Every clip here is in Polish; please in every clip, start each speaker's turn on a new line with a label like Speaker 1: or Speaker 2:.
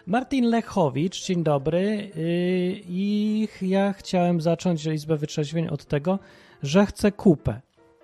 Speaker 1: Martin Lechowicz, dzień dobry. I ja chciałem zacząć Izbę Wytrzeźwień od tego, że chcę kupę.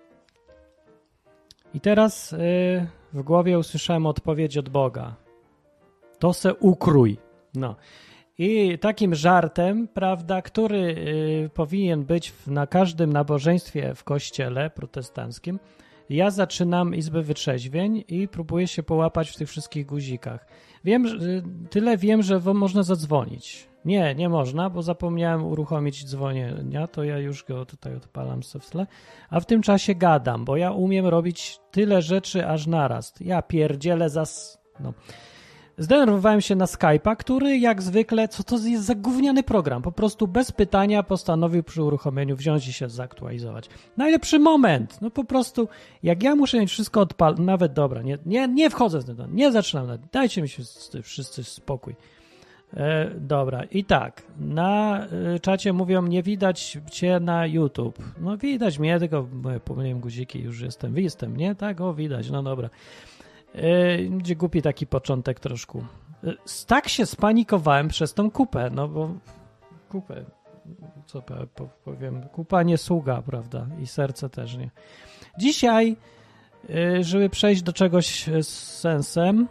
Speaker 1: I teraz w głowie usłyszałem odpowiedź od Boga. To se ukrój. No. I takim żartem, prawda, który powinien być na każdym nabożeństwie w kościele protestanckim, ja zaczynam Izbę Wytrzeźwień i próbuję się połapać w tych wszystkich guzikach. Tyle wiem, że można zadzwonić. Nie można, bo zapomniałem uruchomić dzwonienia, to ja już go tutaj odpalam sobie w tle, a w tym czasie gadam, bo ja umiem robić tyle rzeczy aż naraz. Ja pierdzielę no. Zdenerwowałem się na Skype'a, który jak zwykle, co to jest za gówniany program, po prostu bez pytania postanowił przy uruchomieniu wziąć i się zaktualizować. Najlepszy moment, no po prostu, jak ja muszę mieć wszystko odpalone, nawet dobra, nie wchodzę w ten, nie zaczynam, dajcie mi się wszyscy spokój. Dobra, i tak, na czacie mówią, nie widać cię na YouTube. No widać mnie, tylko pomyliłem guziki, już jestem, nie? Tak, widać, no dobra. Gdzie głupi taki początek troszkę. Tak się spanikowałem przez tą kupę, no bo kupę, co powiem, kupa nie sługa, prawda? I serce też nie. Dzisiaj, żeby przejść do czegoś z sensem,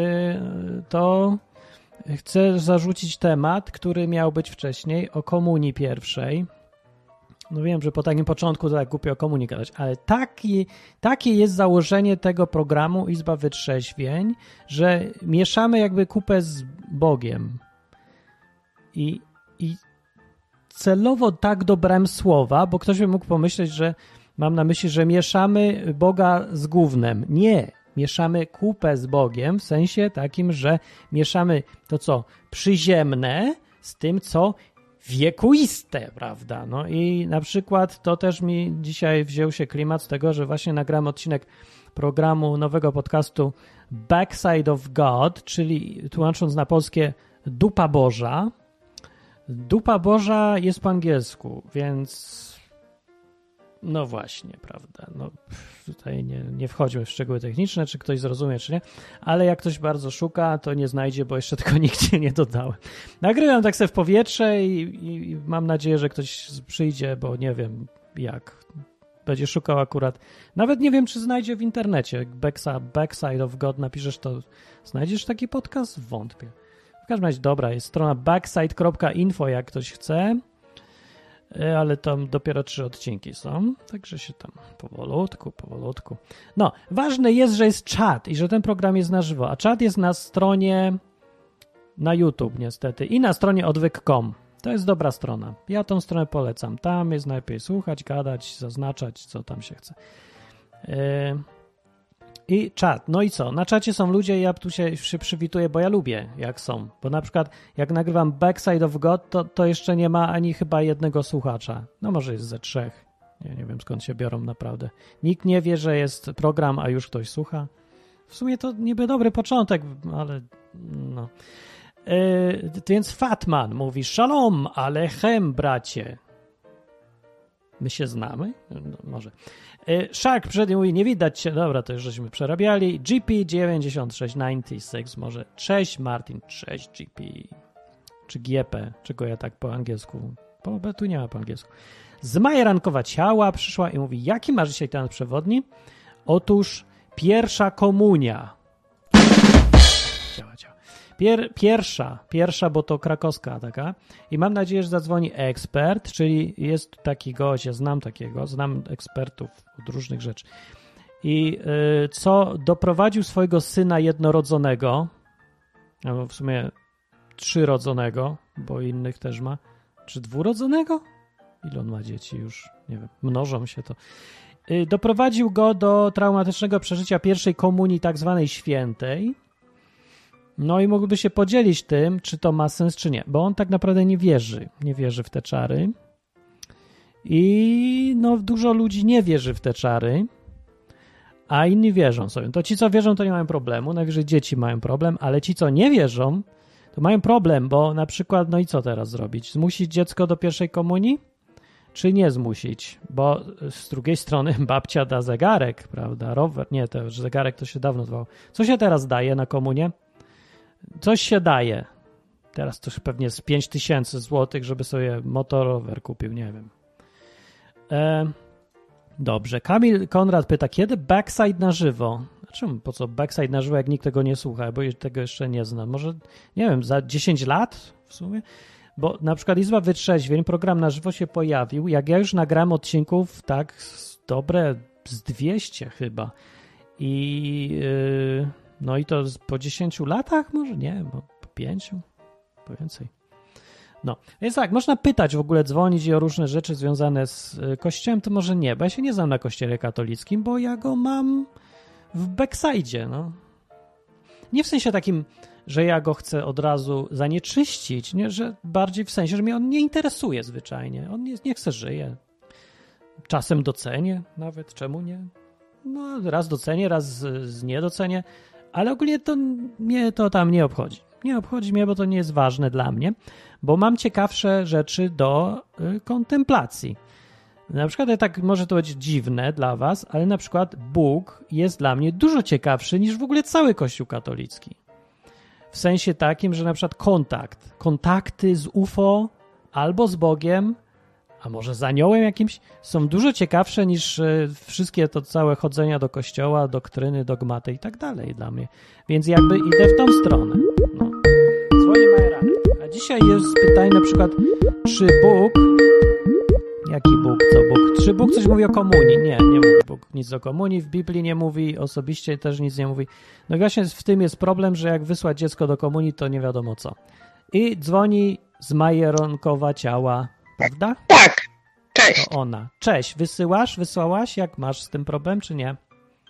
Speaker 1: to chcę zarzucić temat, który miał być wcześniej, o Komunii Pierwszej. No wiem, że po takim początku to tak głupio o komunii gadać, ale takie jest założenie tego programu Izba Wytrzeźwień, że mieszamy jakby kupę z Bogiem. I celowo tak dobrałem słowa, bo ktoś by mógł pomyśleć, że mam na myśli, że mieszamy Boga z gównem. Nie, mieszamy kupę z Bogiem w sensie takim, że mieszamy to, co przyziemne z tym, co wiekuiste, prawda? No i na przykład to też mi dzisiaj wziął się klimat z tego, że właśnie nagrałem odcinek programu nowego podcastu Backside of God, czyli tłumacząc na polskie Dupa Boża. Dupa Boża jest po angielsku, więc no właśnie, prawda? No, tutaj nie wchodźmy w szczegóły techniczne, czy ktoś zrozumie, czy nie, ale jak ktoś bardzo szuka, to nie znajdzie, bo jeszcze tego nigdzie nie dodałem. Nagrywam tak sobie w powietrze i mam nadzieję, że ktoś przyjdzie, bo nie wiem jak. Będzie szukał akurat. Nawet nie wiem, czy znajdzie w internecie. Backside of God napiszesz, to znajdziesz taki podcast? Wątpię. W każdym razie dobra, jest strona backside.info, jak ktoś chce, ale tam dopiero 3 odcinki są, także się tam powolutku. No, ważne jest, że jest czat i że ten program jest na żywo, a czat jest na stronie na YouTube niestety i na stronie odwyk.com. To jest dobra strona. Ja tą stronę polecam. Tam jest najlepiej słuchać, gadać, zaznaczać, co tam się chce. I czat. No i co? Na czacie są ludzie, ja tu się przywituję, bo ja lubię, jak są. Bo na przykład, jak nagrywam Backside of God, to jeszcze nie ma ani chyba jednego słuchacza. No może jest ze 3. Nie wiem, skąd się biorą naprawdę. Nikt nie wie, że jest program, a już ktoś słucha. W sumie to niby dobry początek, ale no. Więc Fatman mówi, szalom, alechem, bracie. My się znamy? No, może. Shark przednie mówi, nie widać cię. Dobra, to już żeśmy przerabiali. GP9696 może. Cześć Martin, cześć GP. Czy GP, czego ja tak po angielsku. Bo tu nie ma po angielsku. Zmajerankowa ciała przyszła i mówi, jaki masz dzisiaj temat przewodni? Otóż pierwsza komunia. Działa. Pierwsza, bo to krakowska taka. I mam nadzieję, że zadzwoni ekspert, czyli jest taki gość, ja znam ekspertów od różnych rzeczy. I co doprowadził swojego syna jednorodzonego, albo w sumie 3rodzonego, bo innych też ma, czy 2rodzonego? Ile on ma dzieci już? Nie wiem, mnożą się to. Doprowadził go do traumatycznego przeżycia pierwszej komunii tak zwanej świętej. No i mógłby się podzielić tym, czy to ma sens, czy nie, bo on tak naprawdę nie wierzy w te czary i no dużo ludzi nie wierzy w te czary, a inni wierzą sobie. To ci, co wierzą, to nie mają problemu, najwyżej dzieci mają problem, ale ci, co nie wierzą, to mają problem, bo na przykład, no i co teraz zrobić? Zmusić dziecko do pierwszej komunii? Czy nie zmusić? Bo z drugiej strony babcia da zegarek, prawda, rower, nie, to zegarek to się dawno zwał. Co się teraz daje na komunię? Coś się daje. Teraz to już pewnie z 5000 złotych, żeby sobie motorower kupił, nie wiem. Dobrze. Kamil Konrad pyta, kiedy Backside na żywo? Znaczy, po co Backside na żywo, jak nikt tego nie słucha, bo tego jeszcze nie znam. Może, nie wiem, za 10 lat w sumie? Bo na przykład Izba Wytrzeźwień, program na żywo się pojawił, jak ja już nagrałem odcinków tak dobre z 200 chyba. I no i to po 10 latach może? Nie, bo po 5? Po więcej. No, więc tak, można pytać w ogóle, dzwonić i o różne rzeczy związane z Kościołem, to może nie, bo ja się nie znam na Kościele katolickim, bo ja go mam w backsidzie, no. Nie w sensie takim, że ja go chcę od razu zanieczyścić, nie, że bardziej w sensie, że mnie on nie interesuje zwyczajnie. On nie chce żyje. Czasem docenię nawet, czemu nie? No, raz docenię, raz nie docenię, ale ogólnie to mnie to tam nie obchodzi. Nie obchodzi mnie, bo to nie jest ważne dla mnie, bo mam ciekawsze rzeczy do kontemplacji. Na przykład, tak może to być dziwne dla was, ale na przykład Bóg jest dla mnie dużo ciekawszy niż w ogóle cały Kościół katolicki. W sensie takim, że na przykład kontakty z UFO albo z Bogiem, a może z aniołem jakimś, są dużo ciekawsze niż wszystkie to całe chodzenia do kościoła, doktryny, dogmaty i tak dalej dla mnie. Więc jakby idę w tą stronę. No. Dzwonię Majeranek. A dzisiaj jest pytanie na przykład, czy Bóg... Jaki Bóg? Co Bóg? Czy Bóg coś mówi o komunii? Nie mówi Bóg nic o komunii. W Biblii nie mówi, osobiście też nic nie mówi. No właśnie w tym jest problem, że jak wysłać dziecko do komunii, to nie wiadomo co. I dzwoni z Majeronkowa Ciała, prawda?
Speaker 2: Tak, cześć.
Speaker 1: To ona. Cześć, wysłałaś? Jak masz z tym problem, czy nie?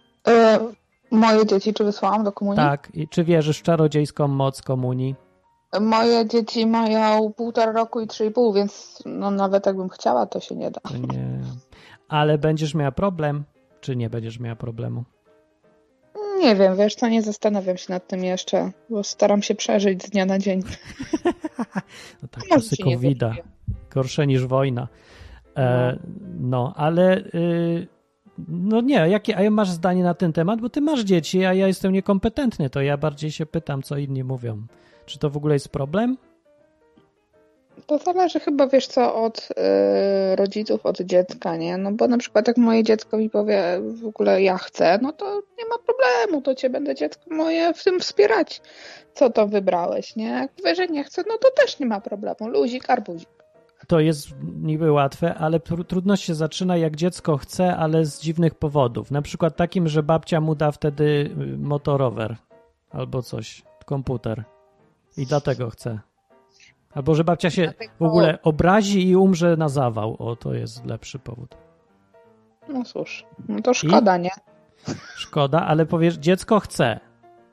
Speaker 2: Moje dzieci, czy wysłałam do komunii?
Speaker 1: Tak. I czy wierzysz w czarodziejską moc komunii?
Speaker 2: Moje dzieci mają 1,5 roku i 3,5, więc no nawet jakbym chciała, to się nie da.
Speaker 1: Nie. Ale będziesz miała problem, czy nie będziesz miała problemu?
Speaker 2: Nie wiem, wiesz co, nie zastanawiam się nad tym jeszcze, bo staram się przeżyć z dnia na dzień.
Speaker 1: No tak, czasy COVID-a. Gorsze niż wojna. No, ale no nie, a masz zdanie na ten temat? Bo ty masz dzieci, a ja jestem niekompetentny, to ja bardziej się pytam, co inni mówią. Czy to w ogóle jest problem?
Speaker 2: To zależy chyba, wiesz co, od rodziców, od dziecka, nie? No bo na przykład jak moje dziecko mi powie w ogóle ja chcę, no to nie ma problemu, to cię będę dziecko moje w tym wspierać. Co to wybrałeś, nie? Jak powie, że nie chcę, no to też nie ma problemu. Luzik, arbuzik.
Speaker 1: To jest niby łatwe, ale trudność się zaczyna, jak dziecko chce, ale z dziwnych powodów. Na przykład takim, że babcia mu da wtedy motorower albo coś, komputer. I dlatego chce. Albo że babcia się w ogóle obrazi i umrze na zawał. O, to jest lepszy powód.
Speaker 2: No cóż, no to szkoda, nie?
Speaker 1: Szkoda, ale powiesz, dziecko chce.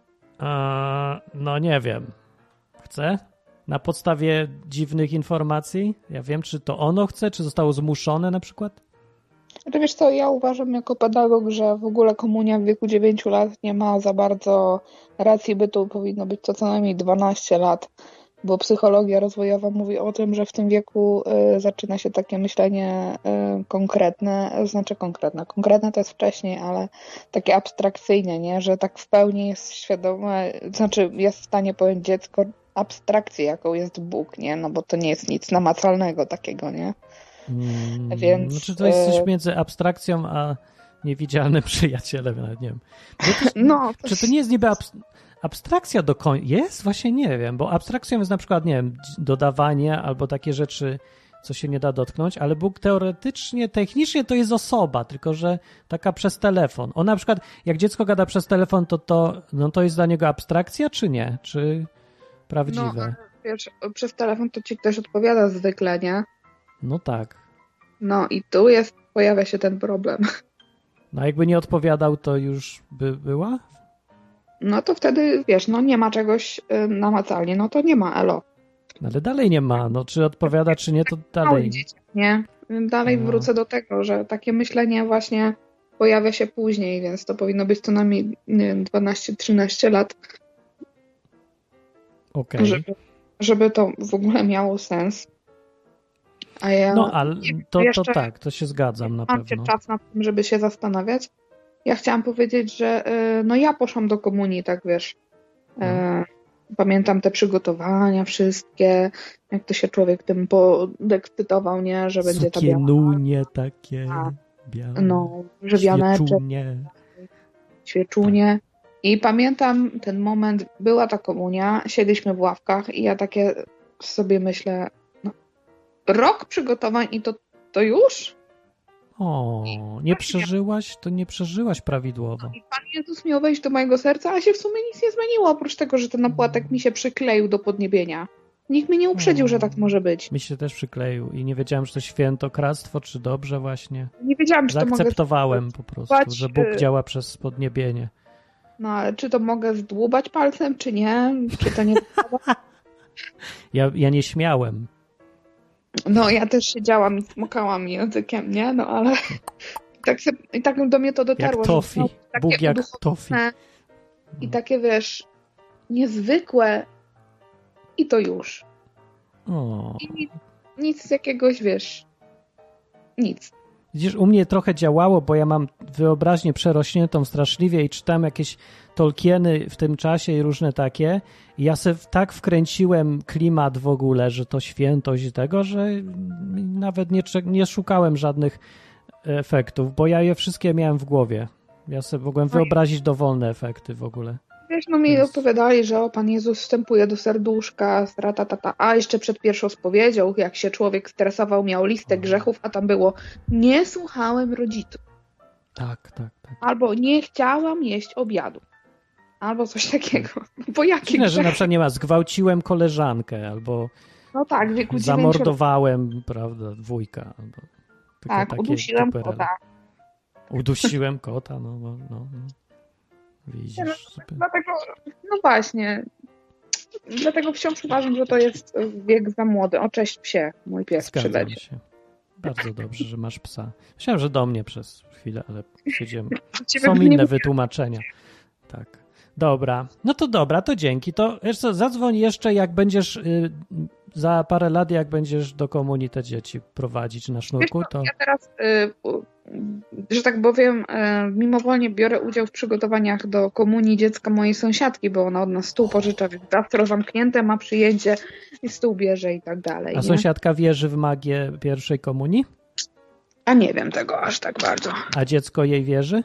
Speaker 1: No nie wiem. Chce? Na podstawie dziwnych informacji? Ja wiem, czy to ono chce, czy zostało zmuszone na przykład?
Speaker 2: To wiesz co, ja uważam jako pedagog, że w ogóle komunia w wieku 9 lat nie ma za bardzo racji bytu. Powinno być to co najmniej 12 lat, bo psychologia rozwojowa mówi o tym, że w tym wieku zaczyna się takie myślenie konkretne, Konkretne to jest wcześniej, ale takie abstrakcyjne, nie? Że tak w pełni jest świadome, znaczy jest w stanie pojąć dziecko abstrakcję, jaką jest Bóg, nie? No bo to nie jest nic namacalnego takiego, nie? Więc...
Speaker 1: Znaczy to jest coś między abstrakcją a niewidzialnym przyjacielem, nawet nie wiem. Czy to nie jest niby abstrakcja do końca? Jest? Właśnie nie wiem, bo abstrakcją jest na przykład, nie wiem, dodawanie albo takie rzeczy, co się nie da dotknąć, ale Bóg teoretycznie, technicznie to jest osoba, tylko że taka przez telefon. On na przykład, jak dziecko gada przez telefon, to jest dla niego abstrakcja, czy nie? Czy prawdziwe?
Speaker 2: No, wiesz, przez telefon to ci ktoś odpowiada zwykle, nie?
Speaker 1: No tak.
Speaker 2: No i tu pojawia się ten problem.
Speaker 1: No jakby nie odpowiadał, to już by była?
Speaker 2: No to wtedy, wiesz, no nie ma czegoś namacalnie, no to nie ma, elo.
Speaker 1: Ale dalej nie ma, no czy odpowiada, czy nie, to dalej.
Speaker 2: Nie, dalej wrócę do tego, że takie myślenie właśnie pojawia się później, więc to powinno być co najmniej 12-13 lat.
Speaker 1: Okej.
Speaker 2: Żeby to w ogóle miało sens. A ja
Speaker 1: no, ale to tak, to się zgadzam na pewno.
Speaker 2: Mam czas na tym, żeby się zastanawiać. Ja chciałam powiedzieć, że no ja poszłam do komunii, tak wiesz, pamiętam te przygotowania wszystkie, jak to się człowiek tym podekscytował, nie, że będzie ta biała.
Speaker 1: Sukienunie takie
Speaker 2: A,
Speaker 1: białe.
Speaker 2: no, że wianeczek,
Speaker 1: Świeczunie.
Speaker 2: świeczunie. I pamiętam ten moment, była ta komunia, siedliśmy w ławkach i ja takie sobie myślę, no, rok przygotowań i to już?
Speaker 1: O, nie przeżyłaś? To nie przeżyłaś prawidłowo.
Speaker 2: I Pan Jezus miał wejść do mojego serca, a się w sumie nic nie zmieniło, oprócz tego, że ten opłatek mi się przykleił do podniebienia. Nikt mnie nie uprzedził, że tak może być.
Speaker 1: Mi się też przykleił i nie wiedziałem, czy to świętokradztwo, czy dobrze właśnie.
Speaker 2: Nie wiedziałam, czy to mogę...
Speaker 1: Zaakceptowałem po prostu, że Bóg działa przez podniebienie.
Speaker 2: No, ale czy to mogę zdłubać palcem, czy nie? Czy to nie...
Speaker 1: Ja nie śmiałem.
Speaker 2: No, ja też siedziałam i smokałam językiem, nie? No, ale i tak do mnie to dotarło.
Speaker 1: Jak tofi. Bóg jak tofi.
Speaker 2: I takie, wiesz, niezwykłe i to już.
Speaker 1: O.
Speaker 2: I nic jakiegoś, wiesz, nic.
Speaker 1: Widzisz, u mnie trochę działało, bo ja mam wyobraźnię przerośniętą straszliwie i czytam jakieś Tolkieny w tym czasie i różne takie. I ja se tak wkręciłem klimat w ogóle, że to świętość i tego, że nawet nie szukałem żadnych efektów, bo ja je wszystkie miałem w głowie. Ja sobie mogłem wyobrazić dowolne efekty w ogóle.
Speaker 2: Wiesz, no mi opowiadali, że Pan Jezus wstępuje do serduszka, a jeszcze przed pierwszą spowiedzią, jak się człowiek stresował, miał listę grzechów, a tam było: nie słuchałem rodziców.
Speaker 1: Tak.
Speaker 2: Albo nie chciałam jeść obiadu. Albo coś takiego. Bo jakie
Speaker 1: Dziwne, że na przykład nie ma, zgwałciłem koleżankę, albo
Speaker 2: no tak, w wieku
Speaker 1: zamordowałem, prawda, wujka. Albo
Speaker 2: tak, udusiłem kota.
Speaker 1: Udusiłem kota, no. Widzisz, super.
Speaker 2: No właśnie. Dlatego wciąż uważam, że to jest wiek za młody. O, cześć psie, mój pies przyleci.
Speaker 1: Się. Bardzo dobrze, że masz psa. Myślałem, że do mnie przez chwilę, ale siedziemy. Są inne wytłumaczenia. Tak. Dobra. No to dobra, to dzięki. To wiesz co, zadzwoń jeszcze, jak będziesz za parę lat, jak będziesz do komunii te dzieci prowadzić na sznurku.
Speaker 2: Wiesz co, ja teraz, że tak powiem, mimowolnie biorę udział w przygotowaniach do komunii dziecka mojej sąsiadki, bo ona od nas stół pożycza, więc gastro zamknięte, ma przyjęcie i stół bierze i tak dalej.
Speaker 1: A sąsiadka wierzy w magię pierwszej komunii?
Speaker 2: A nie wiem tego aż tak bardzo.
Speaker 1: A dziecko jej wierzy?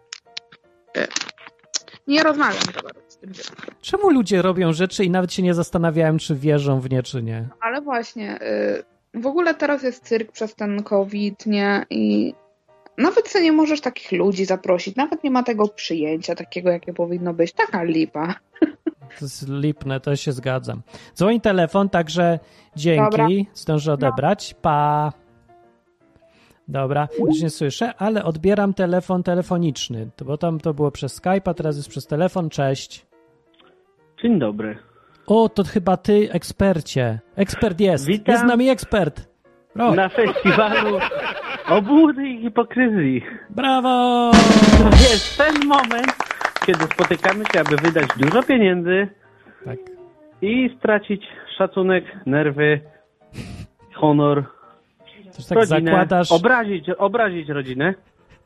Speaker 2: Nie rozmawiam z tym dzieckiem.
Speaker 1: Czemu ludzie robią rzeczy i nawet się nie zastanawiają, czy wierzą w nie, czy nie?
Speaker 2: Ale właśnie, w ogóle teraz jest cyrk przez ten COVID, nie? I nawet sobie nie możesz takich ludzi zaprosić, nawet nie ma tego przyjęcia takiego, jakie powinno być. Taka lipa.
Speaker 1: To jest lipne, to się zgadzam. Dzwoń telefon, także dzięki.
Speaker 2: Dobra.
Speaker 1: Zdążę odebrać. Pa. Dobra, już nie słyszę, ale odbieram telefon telefoniczny, bo tam to było przez Skype, a teraz jest przez telefon. Cześć.
Speaker 3: Dzień dobry.
Speaker 1: O, to chyba ty, ekspercie. Ekspert jest.
Speaker 3: Witam.
Speaker 1: Jest z nami ekspert.
Speaker 3: Na festiwalu obłudy i hipokryzji.
Speaker 1: Brawo!
Speaker 3: To jest ten moment, kiedy spotykamy się, aby wydać dużo pieniędzy
Speaker 1: Tak.
Speaker 3: i stracić szacunek, nerwy, honor,
Speaker 1: Też tak
Speaker 3: rodzinę,
Speaker 1: zakładasz...
Speaker 3: obrazić rodzinę.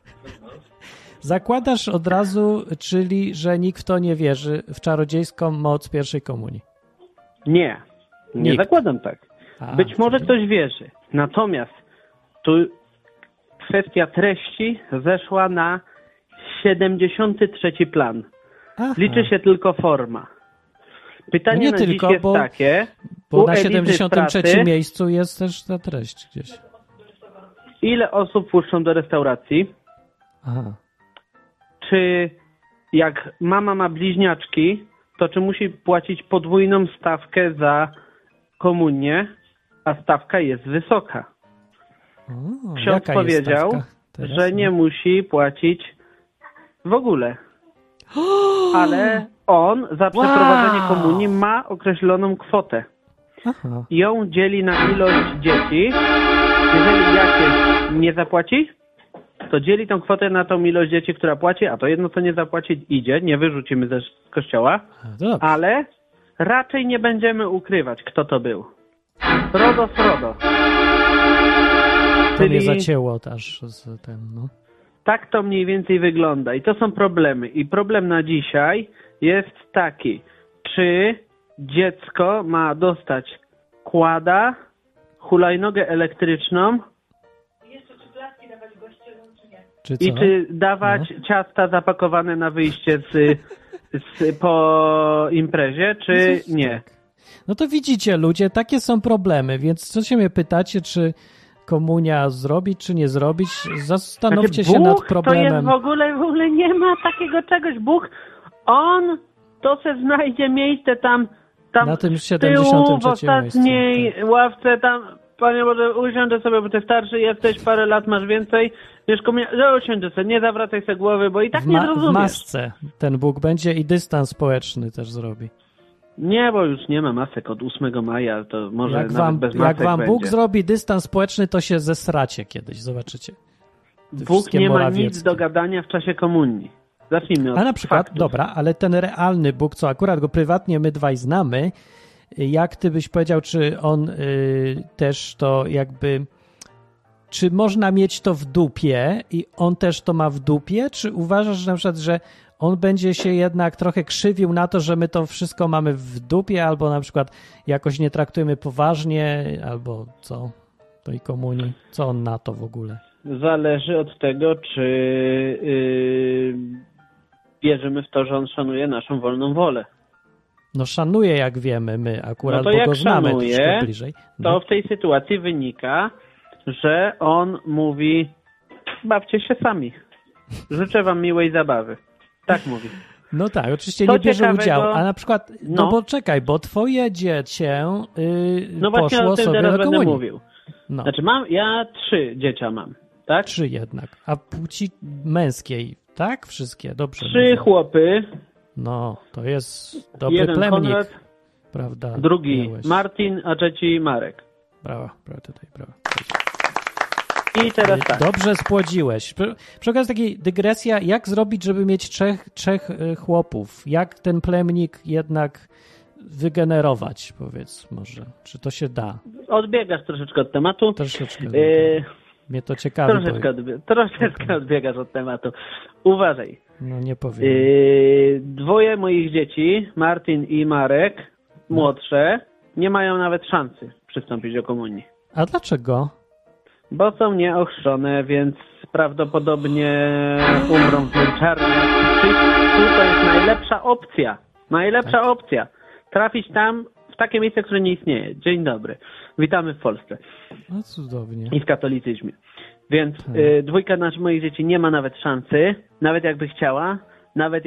Speaker 1: Zakładasz od razu, czyli, że nikt w to nie wierzy, w czarodziejską moc pierwszej komunii.
Speaker 3: Nie
Speaker 1: Nikt.
Speaker 3: zakładam tak. Być może ktoś wierzy. Natomiast tu kwestia treści zeszła na 73. plan.
Speaker 1: Aha.
Speaker 3: Liczy się tylko forma. Pytanie
Speaker 1: Nie
Speaker 3: na
Speaker 1: tylko,
Speaker 3: dziś jest
Speaker 1: bo-
Speaker 3: takie.
Speaker 1: Bo
Speaker 3: u
Speaker 1: na
Speaker 3: Elizy
Speaker 1: 73.
Speaker 3: Pracy,
Speaker 1: miejscu jest też ta treść gdzieś.
Speaker 3: ile osób puszczą do restauracji?
Speaker 1: Aha.
Speaker 3: Czy jak mama ma bliźniaczki, to czy musi płacić podwójną stawkę za komunię, a stawka jest wysoka?
Speaker 1: O,
Speaker 3: Ksiądz
Speaker 1: jaka jest
Speaker 3: powiedział,
Speaker 1: stawka teraz?
Speaker 3: że nie musi płacić w ogóle. Ale on za przeprowadzenie komunii ma określoną kwotę.
Speaker 1: Aha.
Speaker 3: I ją dzieli na ilość dzieci. Jeżeli jakieś nie zapłaci, to dzieli tą kwotę na tą ilość dzieci, która płaci, a to jedno, co nie zapłaci, idzie. Nie wyrzucimy ze kościoła.
Speaker 1: Dobrze.
Speaker 3: Ale raczej nie będziemy ukrywać, kto to był. Rodo Frodo.
Speaker 1: To mnie zacięło też z tym, no.
Speaker 3: Tak to mniej więcej wygląda i to są problemy. I problem na dzisiaj jest taki, czy dziecko ma dostać kłada, hulajnogę elektryczną czy dawać ciasta zapakowane na wyjście po imprezie, czy nie?
Speaker 1: No to widzicie, ludzie, takie są problemy, więc co się mnie pytacie, czy komunia zrobić, czy nie zrobić? Zastanówcie się nad problemem.
Speaker 3: To jest w ogóle nie ma takiego czegoś. Bóg, on to se znajdzie miejsce tam
Speaker 1: na tym
Speaker 3: z tyłu, w ostatniej
Speaker 1: miejscu, tak.
Speaker 3: ławce, tam, Panie Boże, usiądę sobie, bo ty starszy jesteś, parę lat masz więcej, wiesz, usiądę sobie, nie zawracaj sobie głowy, bo i tak nie zrozumiesz.
Speaker 1: W masce ten Bóg będzie i dystans społeczny też zrobi.
Speaker 3: Nie, bo już nie ma masek od 8 maja, to może
Speaker 1: jak
Speaker 3: nawet bez masek
Speaker 1: jak wam
Speaker 3: będzie.
Speaker 1: Bóg zrobi dystans społeczny, to się zesracie kiedyś, zobaczycie.
Speaker 3: Bóg nie ma nic do gadania w czasie komunii. Zacznijmy od
Speaker 1: A na przykład,
Speaker 3: faktów.
Speaker 1: dobra, ale ten realny Bóg, co akurat go prywatnie my dwaj znamy, jak ty byś powiedział, czy on też to jakby... Czy można mieć to w dupie i on też to ma w dupie? Czy uważasz, że na przykład, że on będzie się jednak trochę krzywił na to, że my to wszystko mamy w dupie, albo na przykład jakoś nie traktujemy poważnie, albo co? Tej komunii. Co on na to w ogóle?
Speaker 3: Zależy od tego, czy wierzymy w to, że on szanuje naszą wolną wolę.
Speaker 1: No szanuje, jak wiemy, my akurat,
Speaker 3: no to
Speaker 1: bo go znamy
Speaker 3: szanuje,
Speaker 1: troszkę bliżej. No.
Speaker 3: To w tej sytuacji wynika, że on mówi: bawcie się sami. Życzę wam miłej zabawy. Tak mówi.
Speaker 1: No tak, oczywiście
Speaker 3: Co
Speaker 1: nie bierze
Speaker 3: ciekawego,
Speaker 1: udziału, a na przykład, no bo czekaj, bo twoje dziecię
Speaker 3: no właśnie
Speaker 1: poszło
Speaker 3: o tym
Speaker 1: sobie
Speaker 3: teraz
Speaker 1: do
Speaker 3: będę
Speaker 1: komunii.
Speaker 3: mówił.
Speaker 1: No.
Speaker 3: Znaczy ja 3 dziecia mam, tak?
Speaker 1: 3 jednak, a płci męskiej, tak? Wszystkie, dobrze.
Speaker 3: 3
Speaker 1: mówię.
Speaker 3: chłopy.
Speaker 1: No, to jest dobry
Speaker 3: jeden
Speaker 1: plemnik,
Speaker 3: Konrad,
Speaker 1: prawda?
Speaker 3: drugi
Speaker 1: miałeś.
Speaker 3: Martin, a trzeci Marek.
Speaker 1: Brawa tutaj, brawa.
Speaker 3: I teraz tak.
Speaker 1: Dobrze spłodziłeś. Przy okazji takiej dygresja, jak zrobić, żeby mieć trzech chłopów? Jak ten plemnik jednak wygenerować, powiedz może? Czy to się da?
Speaker 3: Odbiegasz troszeczkę od tematu.
Speaker 1: Troszeczkę. Mnie to ciekawi.
Speaker 3: Troszeczkę odbiegasz od tematu. Uważaj.
Speaker 1: No nie powiem.
Speaker 3: 2 moich dzieci, Martin i Marek, młodsze, nie mają nawet szansy przystąpić do komunii.
Speaker 1: A dlaczego?
Speaker 3: Bo są nieochrzczone, więc prawdopodobnie umrą w męczarni. To jest najlepsza opcja. Najlepsza opcja. Trafić tam w takie miejsce, które nie istnieje. Dzień dobry. Witamy w Polsce.
Speaker 1: No cudownie.
Speaker 3: I w katolicyzmie. Więc 2 moich dzieci nie ma nawet szansy, nawet jakby chciała, nawet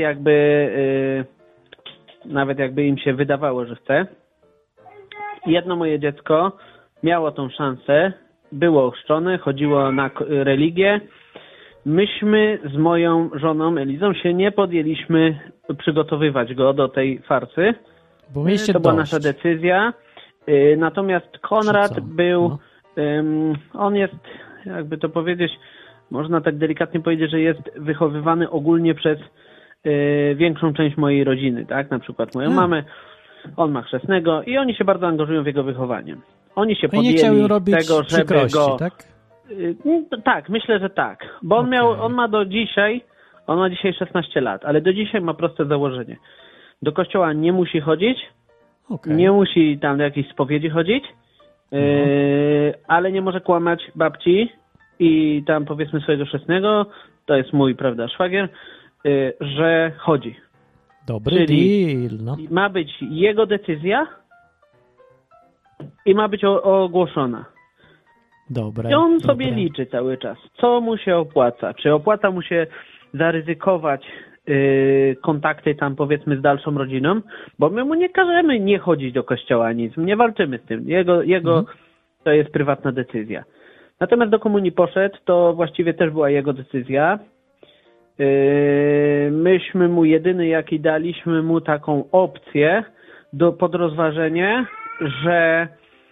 Speaker 3: jakby im się wydawało, że chce. Jedno moje dziecko miało tą szansę, było ochrzczone, chodziło na religię. Myśmy z moją żoną Elizą się nie podjęliśmy przygotowywać go do tej farsy.
Speaker 1: Bo mieliście
Speaker 3: to była
Speaker 1: dość.
Speaker 3: nasza decyzja. Natomiast Konrad był...
Speaker 1: No.
Speaker 3: On jest, jakby to powiedzieć, można tak delikatnie powiedzieć, że jest wychowywany ogólnie przez większą część mojej rodziny, tak? Na przykład moją mamę, on ma chrzestnego i oni się bardzo angażują w jego wychowanie. Oni się podjęli
Speaker 1: nie chciały robić
Speaker 3: tego, żeby go...
Speaker 1: tak?
Speaker 3: Tak, myślę, że tak. Bo on ma dzisiaj 16 lat, ale do dzisiaj ma proste założenie. Do kościoła nie musi chodzić, nie musi tam do jakiejś spowiedzi chodzić, ale nie może kłamać babci i tam powiedzmy swojego chrzestnego, to jest mój, prawda, szwagier, że chodzi.
Speaker 1: Dobry deal, no.
Speaker 3: Ma być jego decyzja i ma być ogłoszona.
Speaker 1: Dobre.
Speaker 3: I on sobie liczy cały czas, co mu się opłaca. Czy opłaca mu się zaryzykować kontakty tam powiedzmy z dalszą rodziną, bo my mu nie każemy nie chodzić do kościoła, nic, nie walczymy z tym. Jego to jest prywatna decyzja. Natomiast do komunii poszedł, to właściwie też była jego decyzja. Myśmy mu jedyny, jaki daliśmy mu taką opcję pod rozważenie, że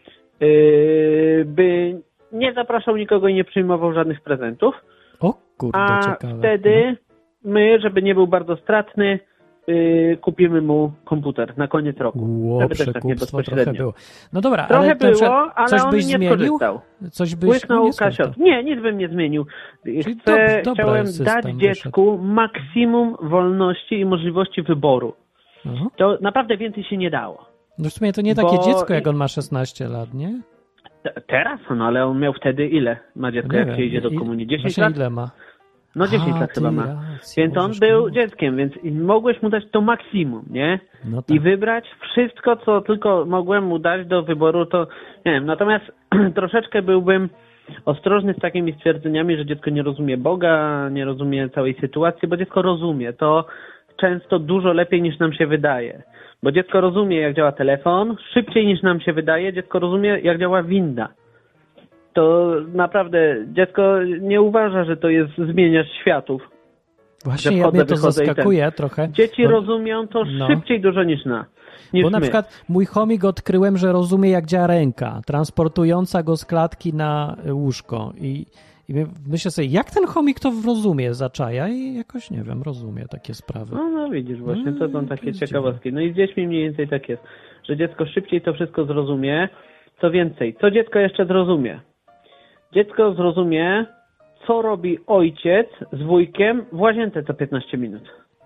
Speaker 3: by nie zapraszał nikogo i nie przyjmował żadnych prezentów.
Speaker 1: O kurde,
Speaker 3: a
Speaker 1: ciekawe.
Speaker 3: Wtedy my, żeby nie był bardzo stratny, kupimy mu komputer na koniec roku. Żeby też tak nie bezpośrednio.
Speaker 1: Było. No dobra,
Speaker 3: trochę
Speaker 1: ale
Speaker 3: było, ale
Speaker 1: coś
Speaker 3: on
Speaker 1: byś
Speaker 3: nie
Speaker 1: zmienił?
Speaker 3: skorzystał.
Speaker 1: Coś byś
Speaker 3: Łysnął Kasiot. Nie, nic bym nie zmienił. Chciałem dać dziecku maksimum wolności i możliwości wyboru. To naprawdę więcej się nie dało.
Speaker 1: No w sumie to nie takie dziecko, jak on ma 16 lat, nie?
Speaker 3: Teraz? No ale on miał wtedy ile ma dziecko,
Speaker 1: Nie
Speaker 3: jak
Speaker 1: wiem.
Speaker 3: się idzie do komunii? 10
Speaker 1: Właśnie
Speaker 3: lat?
Speaker 1: ile ma?
Speaker 3: No 10 lat
Speaker 1: ty
Speaker 3: chyba ma.
Speaker 1: rację,
Speaker 3: Więc on
Speaker 1: możesz
Speaker 3: był
Speaker 1: mówić.
Speaker 3: dzieckiem, więc mogłeś mu dać to maksimum, nie?
Speaker 1: No tak.
Speaker 3: I wybrać wszystko, co tylko mogłem mu dać do wyboru, to nie wiem. Natomiast troszeczkę byłbym ostrożny z takimi stwierdzeniami, że dziecko nie rozumie Boga, nie rozumie całej sytuacji, bo dziecko rozumie to często dużo lepiej niż nam się wydaje. Bo dziecko rozumie, jak działa telefon, szybciej niż nam się wydaje, dziecko rozumie, jak działa winda. To naprawdę dziecko nie uważa, że to jest zmieniacz światów.
Speaker 1: Właśnie
Speaker 3: że
Speaker 1: ja
Speaker 3: wchodzę,
Speaker 1: mnie to
Speaker 3: wychodzę i
Speaker 1: zaskakuje trochę.
Speaker 3: Dzieci
Speaker 1: bo,
Speaker 3: rozumią to
Speaker 1: no.
Speaker 3: szybciej dużo niż
Speaker 1: Bo
Speaker 3: my.
Speaker 1: na przykład mój chomik odkryłem, że rozumie, jak działa ręka, transportująca go z klatki na łóżko. I myślę sobie, jak ten chomik to rozumie, zaczaja i jakoś, nie wiem, rozumie takie sprawy.
Speaker 3: No widzisz właśnie, to są takie
Speaker 1: jest
Speaker 3: ciekawostki. No i z dziećmi mniej więcej tak jest, że dziecko szybciej to wszystko zrozumie. Co więcej, co dziecko jeszcze zrozumie? Dziecko zrozumie, co robi ojciec z wujkiem w łazience co 15 minut.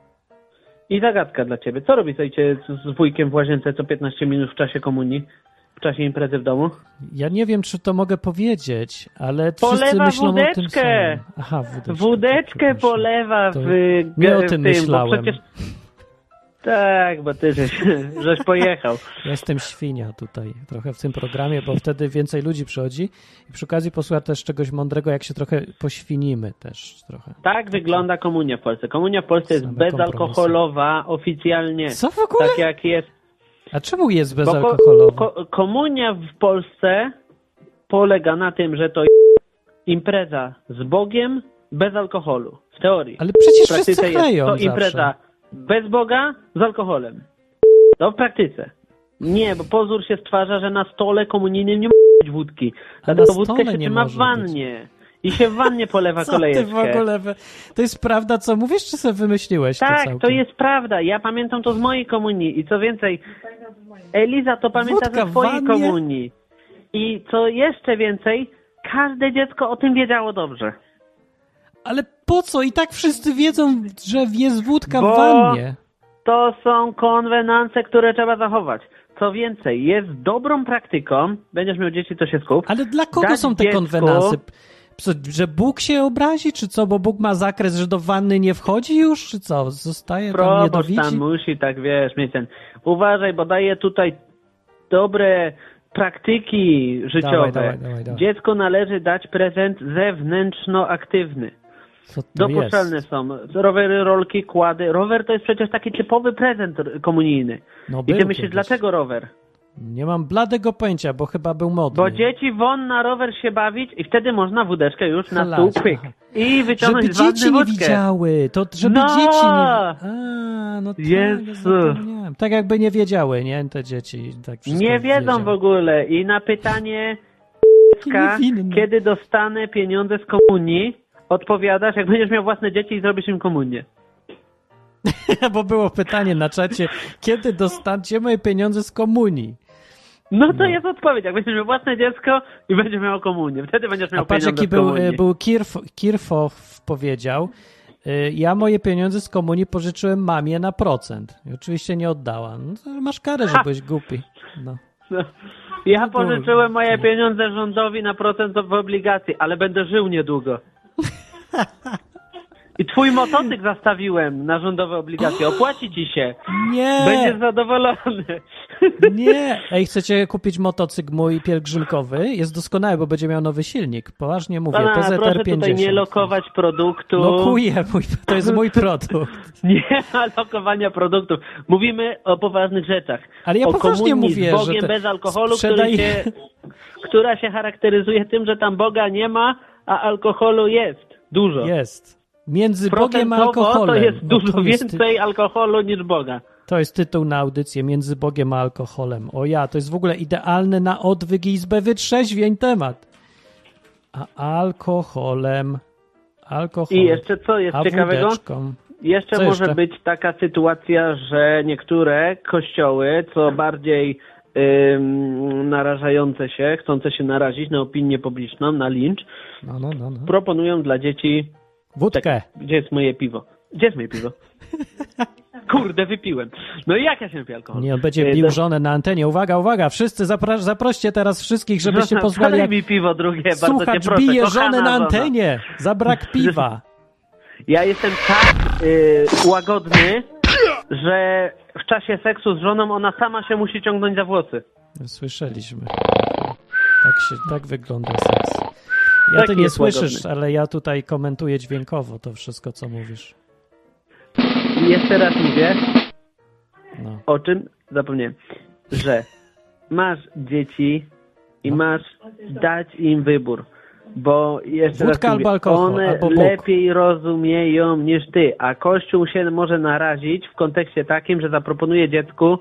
Speaker 3: I zagadka dla ciebie. Co robi ojciec z wujkiem w łazience co 15 minut w czasie komunii? W czasie imprezy w domu?
Speaker 1: Ja nie wiem, czy to mogę powiedzieć, ale wszyscy
Speaker 3: Polewa
Speaker 1: myślą o tym
Speaker 3: wódeczkę.
Speaker 1: samym. Aha,
Speaker 3: Wódeczkę
Speaker 1: przepraszam.
Speaker 3: polewa
Speaker 1: To
Speaker 3: w
Speaker 1: nie o
Speaker 3: w
Speaker 1: tym
Speaker 3: bo
Speaker 1: myślałem.
Speaker 3: przecież... Tak, bo ty żeś pojechał.
Speaker 1: Ja jestem świnia tutaj trochę w tym programie, bo wtedy więcej ludzi przychodzi i przy okazji posłucha też czegoś mądrego, jak się trochę poświnimy też trochę.
Speaker 3: Tak wygląda komunia w Polsce. Komunia w Polsce jest
Speaker 1: Same
Speaker 3: bezalkoholowa oficjalnie.
Speaker 1: Co w ogóle?
Speaker 3: Tak jak jest.
Speaker 1: A czemu jest
Speaker 3: Bo
Speaker 1: bezalkoholowa?
Speaker 3: komunia w Polsce polega na tym, że to impreza z Bogiem bez alkoholu. W teorii.
Speaker 1: Ale przecież
Speaker 3: W praktyce
Speaker 1: wszyscy kleją
Speaker 3: jest to
Speaker 1: zawsze.
Speaker 3: impreza bez Boga z alkoholem. To w praktyce. Nie, bo pozór się stwarza, że na stole komunijnym nie może być wódki.
Speaker 1: A
Speaker 3: Dlatego
Speaker 1: na
Speaker 3: wódkę
Speaker 1: stole
Speaker 3: się
Speaker 1: nie
Speaker 3: trzyma w
Speaker 1: może
Speaker 3: wannie. I się w wannie polewa
Speaker 1: Co ty
Speaker 3: kolejeczkę.
Speaker 1: w ogóle... To jest prawda, co mówisz, czy sobie wymyśliłeś to
Speaker 3: Tak,
Speaker 1: całkiem?
Speaker 3: to jest prawda. Ja pamiętam to z mojej komunii. I co więcej, Eliza to pamięta
Speaker 1: Wódka
Speaker 3: ze
Speaker 1: w
Speaker 3: swojej
Speaker 1: wannie?
Speaker 3: komunii. I co jeszcze więcej, każde dziecko o tym wiedziało dobrze.
Speaker 1: Ale po co? I tak wszyscy wiedzą, że jest wódka
Speaker 3: Bo-
Speaker 1: w wannie.
Speaker 3: To są konwenanse, które trzeba zachować. Co więcej, jest dobrą praktyką, będziesz miał dzieci, to się skup.
Speaker 1: Ale dla kogo
Speaker 3: dać
Speaker 1: są te
Speaker 3: dziecku-
Speaker 1: konwenansy? Co, że Bóg się obrazi, czy co? Bo Bóg ma zakres, że do wanny nie wchodzi już, czy co? Zostaje tam, nie
Speaker 3: Proboszcz tam
Speaker 1: dowidzi?
Speaker 3: musi, tak wiesz, mieć ten... Uważaj, bo daje tutaj dobre praktyki życiowe.
Speaker 1: Dawaj.
Speaker 3: Dziecku należy dać prezent zewnętrzno-aktywny.
Speaker 1: Co to
Speaker 3: Dopuszczalne
Speaker 1: jest?
Speaker 3: są rowery, rolki, kłady. Rower to jest przecież taki typowy prezent komunijny.
Speaker 1: No,
Speaker 3: I ty
Speaker 1: był
Speaker 3: myślisz,
Speaker 1: kiedyś.
Speaker 3: dlaczego rower?
Speaker 1: Nie mam bladego pojęcia, bo chyba był modny.
Speaker 3: Bo dzieci won na rower się bawić i wtedy można wódeczkę już na
Speaker 1: Chlać,
Speaker 3: stół pyk.
Speaker 1: aha.
Speaker 3: I wyciągnąć
Speaker 1: Żeby
Speaker 3: z wanny
Speaker 1: dzieci nie
Speaker 3: wódkę.
Speaker 1: widziały. To żeby
Speaker 3: No!
Speaker 1: dzieci nie... no tak, ja
Speaker 3: Jezu.
Speaker 1: zapomniałem. Tak jakby nie wiedziały, nie? Te dzieci. Tak wszystko
Speaker 3: Nie wiedzą
Speaker 1: wiedziały.
Speaker 3: w ogóle. I na pytanie
Speaker 1: niewinne.
Speaker 3: kiedy dostanę pieniądze z komunii, odpowiadasz, jak będziesz miał własne dzieci i zrobisz im komunię.
Speaker 1: Bo było pytanie na czacie, kiedy dostacie moje pieniądze z komunii?
Speaker 3: No to jest odpowiedź. Jak będziesz miał własne dziecko i będziesz miał komunię. Wtedy będziesz miał
Speaker 1: A patrz,
Speaker 3: pieniądze
Speaker 1: jaki
Speaker 3: z komunii.
Speaker 1: był Kirchhoff powiedział, ja moje pieniądze z komunii pożyczyłem mamie na procent. I oczywiście nie oddała. No to masz karę, że byłeś głupi. No.
Speaker 3: No. Ja
Speaker 1: No to-
Speaker 3: pożyczyłem moje pieniądze rządowi na procent w obligacji, ale będę żył niedługo. I twój motocykl zastawiłem na rządowe obligacje. Opłaci ci się.
Speaker 1: Nie!
Speaker 3: Będziesz zadowolony.
Speaker 1: Nie! Ej, chcecie kupić motocykl mój pielgrzymkowy? Jest doskonały, bo będzie miał nowy silnik. Poważnie mówię,
Speaker 3: Pana,
Speaker 1: PZR
Speaker 3: proszę
Speaker 1: 50.
Speaker 3: tutaj nie lokować produktu.
Speaker 1: Lokuję, to jest mój produkt.
Speaker 3: Nie ma lokowania produktów. Mówimy o poważnych rzeczach.
Speaker 1: Ale ja
Speaker 3: o
Speaker 1: poważnie
Speaker 3: komunii
Speaker 1: mówię,
Speaker 3: z Bogiem
Speaker 1: że
Speaker 3: bez alkoholu,
Speaker 1: sprzedaj...
Speaker 3: która się charakteryzuje tym, że tam Boga nie ma, a alkoholu jest dużo.
Speaker 1: Jest. Między Bogiem a
Speaker 3: Procentowo
Speaker 1: alkoholem.
Speaker 3: to jest
Speaker 1: No
Speaker 3: dużo
Speaker 1: to jest
Speaker 3: więcej alkoholu niż Boga.
Speaker 1: To jest tytuł na audycję, Między Bogiem a alkoholem. O ja, to jest w ogóle idealny na odwyk i izbę wytrzeźwień temat. A alkoholem...
Speaker 3: I jeszcze co jest
Speaker 1: a
Speaker 3: ciekawego?
Speaker 1: wódeczką.
Speaker 3: Jeszcze
Speaker 1: Co
Speaker 3: może
Speaker 1: jeszcze?
Speaker 3: być taka sytuacja, że niektóre kościoły, co bardziej narażające się, chcące się narazić na opinię publiczną, na lincz,
Speaker 1: No.
Speaker 3: proponują dla dzieci...
Speaker 1: Wódkę.
Speaker 3: Gdzie jest moje piwo? Gdzie jest moje piwo? kurde, wypiłem. No i jak ja się napiję alkohol?
Speaker 1: Nie, on będzie bił żonę na antenie. Uwaga, wszyscy zaproście teraz wszystkich, żebyście pozwali...
Speaker 3: Daj mi piwo drugie, bardzo cię
Speaker 1: Słuchacz
Speaker 3: proszę.
Speaker 1: bije
Speaker 3: Kochana
Speaker 1: żonę na
Speaker 3: żona.
Speaker 1: antenie za brak piwa.
Speaker 3: Ja jestem tak łagodny, że w czasie seksu z żoną ona sama się musi ciągnąć za włosy.
Speaker 1: Słyszeliśmy. Tak wygląda seks. Ja
Speaker 3: Taki
Speaker 1: ty nie
Speaker 3: jest
Speaker 1: słyszysz,
Speaker 3: łagodny.
Speaker 1: ale ja tutaj komentuję dźwiękowo to wszystko, co mówisz.
Speaker 3: I jeszcze raz mówię,
Speaker 1: No.
Speaker 3: o czym zapomniałem, że masz dzieci i masz dać im wybór. Bo jeszcze
Speaker 1: Wódka
Speaker 3: raz mówię,
Speaker 1: albo alkohol,
Speaker 3: one
Speaker 1: albo Bóg.
Speaker 3: lepiej rozumieją niż ty, a Kościół się może narazić w kontekście takim, że zaproponuje dziecku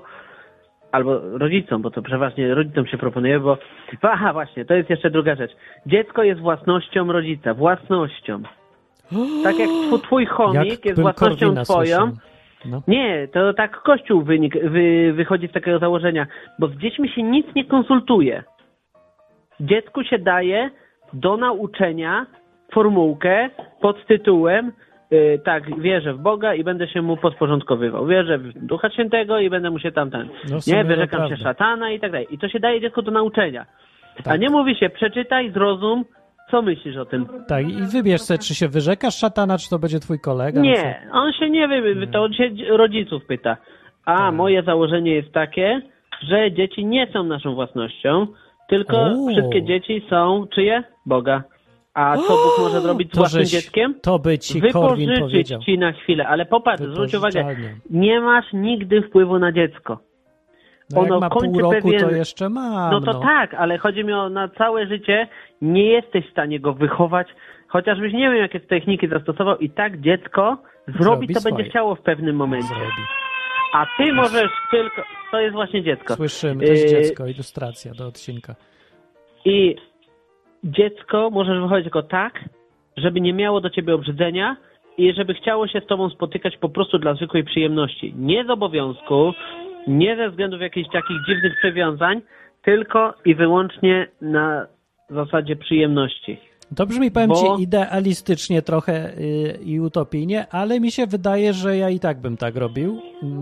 Speaker 3: albo rodzicom, bo to przeważnie rodzicom się proponuje, bo aha, właśnie, to jest jeszcze druga rzecz. Dziecko jest własnością rodzica, własnością. Tak jak twój chomik jest
Speaker 1: Jakbym
Speaker 3: własnością
Speaker 1: Korwina
Speaker 3: twoją.
Speaker 1: słyszał. No.
Speaker 3: Nie, to tak Kościół wychodzi z takiego założenia, bo z dziećmi się nic nie konsultuje. Dziecku się daje do nauczenia formułkę pod tytułem tak, wierzę w Boga i będę się mu podporządkowywał. Wierzę w Ducha Świętego i będę mu się tamten.
Speaker 1: No w sumie
Speaker 3: Nie,
Speaker 1: to
Speaker 3: wyrzekam się
Speaker 1: prawda.
Speaker 3: szatana i tak dalej. I to się daje dziecku do nauczenia. A
Speaker 1: Tak.
Speaker 3: nie mówi się, przeczytaj, zrozum, co myślisz o tym.
Speaker 1: Tak, i wybierz sobie, czy się wyrzekasz szatana, czy to będzie twój kolega. no
Speaker 3: Nie, on się nie wie, to on się rodziców pyta. A
Speaker 1: Tak.
Speaker 3: moje założenie jest takie, że dzieci nie są naszą własnością, tylko
Speaker 1: O.
Speaker 3: wszystkie dzieci są czyje? Boga. A co Bóg może zrobić z
Speaker 1: To
Speaker 3: własnym
Speaker 1: żeś-
Speaker 3: dzieckiem?
Speaker 1: To by ci Korwin powiedział.
Speaker 3: Wypożyczyć ci na chwilę, ale popatrz, zwróć uwagę,
Speaker 1: Wypożyczalnia.
Speaker 3: nie masz nigdy wpływu na dziecko.
Speaker 1: No jak
Speaker 3: ono
Speaker 1: ma pół
Speaker 3: kończy
Speaker 1: roku,
Speaker 3: pewien-
Speaker 1: to jeszcze mam.
Speaker 3: No to tak, ale chodzi mi o na całe życie, nie jesteś w stanie go wychować, chociażbyś nie wiem jakie techniki zastosował i tak dziecko zrobi co
Speaker 1: swoje.
Speaker 3: będzie chciało w pewnym momencie.
Speaker 1: Zrobi.
Speaker 3: A ty możesz tylko, to jest właśnie dziecko.
Speaker 1: Słyszymy, to jest dziecko, ilustracja do odcinka.
Speaker 3: I dziecko możesz wychować tylko tak, żeby nie miało do ciebie obrzydzenia i żeby chciało się z tobą spotykać po prostu dla zwykłej przyjemności. Nie z obowiązku, nie ze względów jakichś takich dziwnych przywiązań, tylko i wyłącznie na zasadzie przyjemności.
Speaker 1: To brzmi, powiem
Speaker 3: Bo-
Speaker 1: ci, idealistycznie trochę i utopijnie, ale mi się wydaje, że ja i tak bym tak robił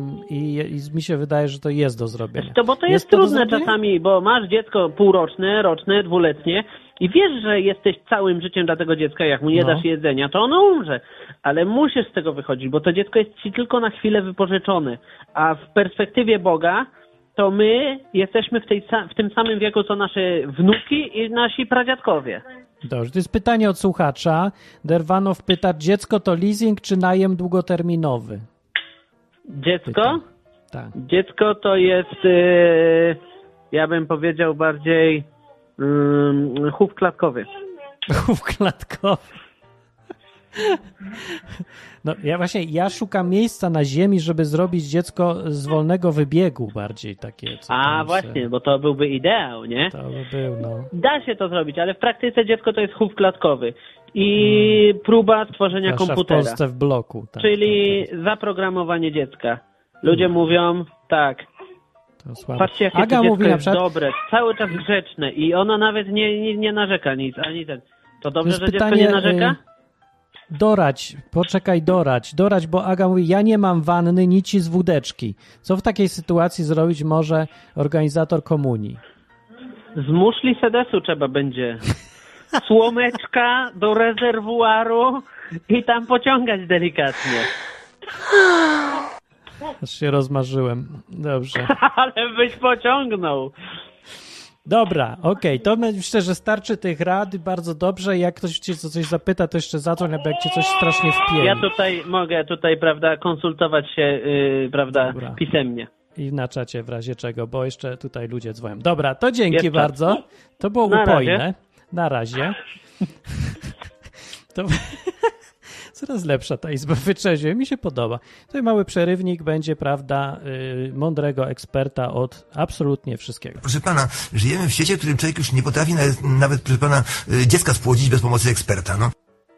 Speaker 1: i mi się wydaje, że to jest do zrobienia.
Speaker 3: To bo to jest
Speaker 1: to do
Speaker 3: trudne
Speaker 1: zrobienia?
Speaker 3: czasami, bo masz dziecko półroczne, roczne, dwuletnie i wiesz, że jesteś całym życiem dla tego dziecka, jak mu nie
Speaker 1: No.
Speaker 3: dasz jedzenia, to ono umrze. Ale musisz z tego wychodzić, bo to dziecko jest ci tylko na chwilę wypożyczone. A w perspektywie Boga to my jesteśmy w tym samym wieku, co nasze wnuki i nasi pradziadkowie.
Speaker 1: Dobrze, to jest pytanie od słuchacza. Derwanow pyta, dziecko to leasing czy najem długoterminowy?
Speaker 3: Dziecko?
Speaker 1: Pytam. Tak.
Speaker 3: Dziecko to jest, ja bym powiedział bardziej chów klatkowy.
Speaker 1: Chów klatkowy. No ja szukam miejsca na ziemi, żeby zrobić dziecko z wolnego wybiegu bardziej takie. Co
Speaker 3: A
Speaker 1: tam
Speaker 3: właśnie, bo to byłby ideał, nie?
Speaker 1: To by był, no.
Speaker 3: Da się to zrobić, ale w praktyce dziecko to jest chów klatkowy i próba stworzenia
Speaker 1: Zwłaszcza w
Speaker 3: komputera,
Speaker 1: Polsce w bloku. Tak,
Speaker 3: czyli
Speaker 1: tak,
Speaker 3: zaprogramowanie dziecka. Ludzie mówią, tak,
Speaker 1: to słabo.
Speaker 3: patrzcie jakie
Speaker 1: Aga
Speaker 3: to dziecko
Speaker 1: mówi na
Speaker 3: jest
Speaker 1: przykład,
Speaker 3: dobre, cały czas grzeczne i ono nawet nie narzeka nic, ani ten. To dobrze,
Speaker 1: jest
Speaker 3: że dziecko
Speaker 1: pytanie,
Speaker 3: nie narzeka?
Speaker 1: dorać, dorać, bo Aga mówi, ja nie mam wanny, nici z wódeczki. Co w takiej sytuacji zrobić może organizator komunii?
Speaker 3: Z muszli sedesu trzeba będzie. Słomeczka do rezerwuaru i tam pociągać delikatnie.
Speaker 1: Aż się rozmarzyłem. Dobrze.
Speaker 3: Ale byś pociągnął.
Speaker 1: Dobra, okej, to myślę, że starczy tych rad, bardzo dobrze. Jak ktoś cię o coś zapyta, to jeszcze zadzwoń, albo jak cię coś strasznie wpieli.
Speaker 3: Ja mogę prawda, konsultować się, prawda,
Speaker 1: Dobra.
Speaker 3: pisemnie.
Speaker 1: I na czacie w razie czego, bo jeszcze tutaj ludzie dzwonią. Dobra, to dzięki
Speaker 3: Jest czas.
Speaker 1: bardzo. To było
Speaker 3: Na
Speaker 1: upojne.
Speaker 3: razie.
Speaker 1: Na razie. To... Coraz lepsza ta izba wyczeźwie, mi się podoba. Tutaj mały przerywnik będzie, prawda, mądrego eksperta od absolutnie wszystkiego.
Speaker 4: Proszę pana, żyjemy w świecie, w którym człowiek już nie potrafi nawet proszę pana, dziecka spłodzić bez pomocy eksperta, no.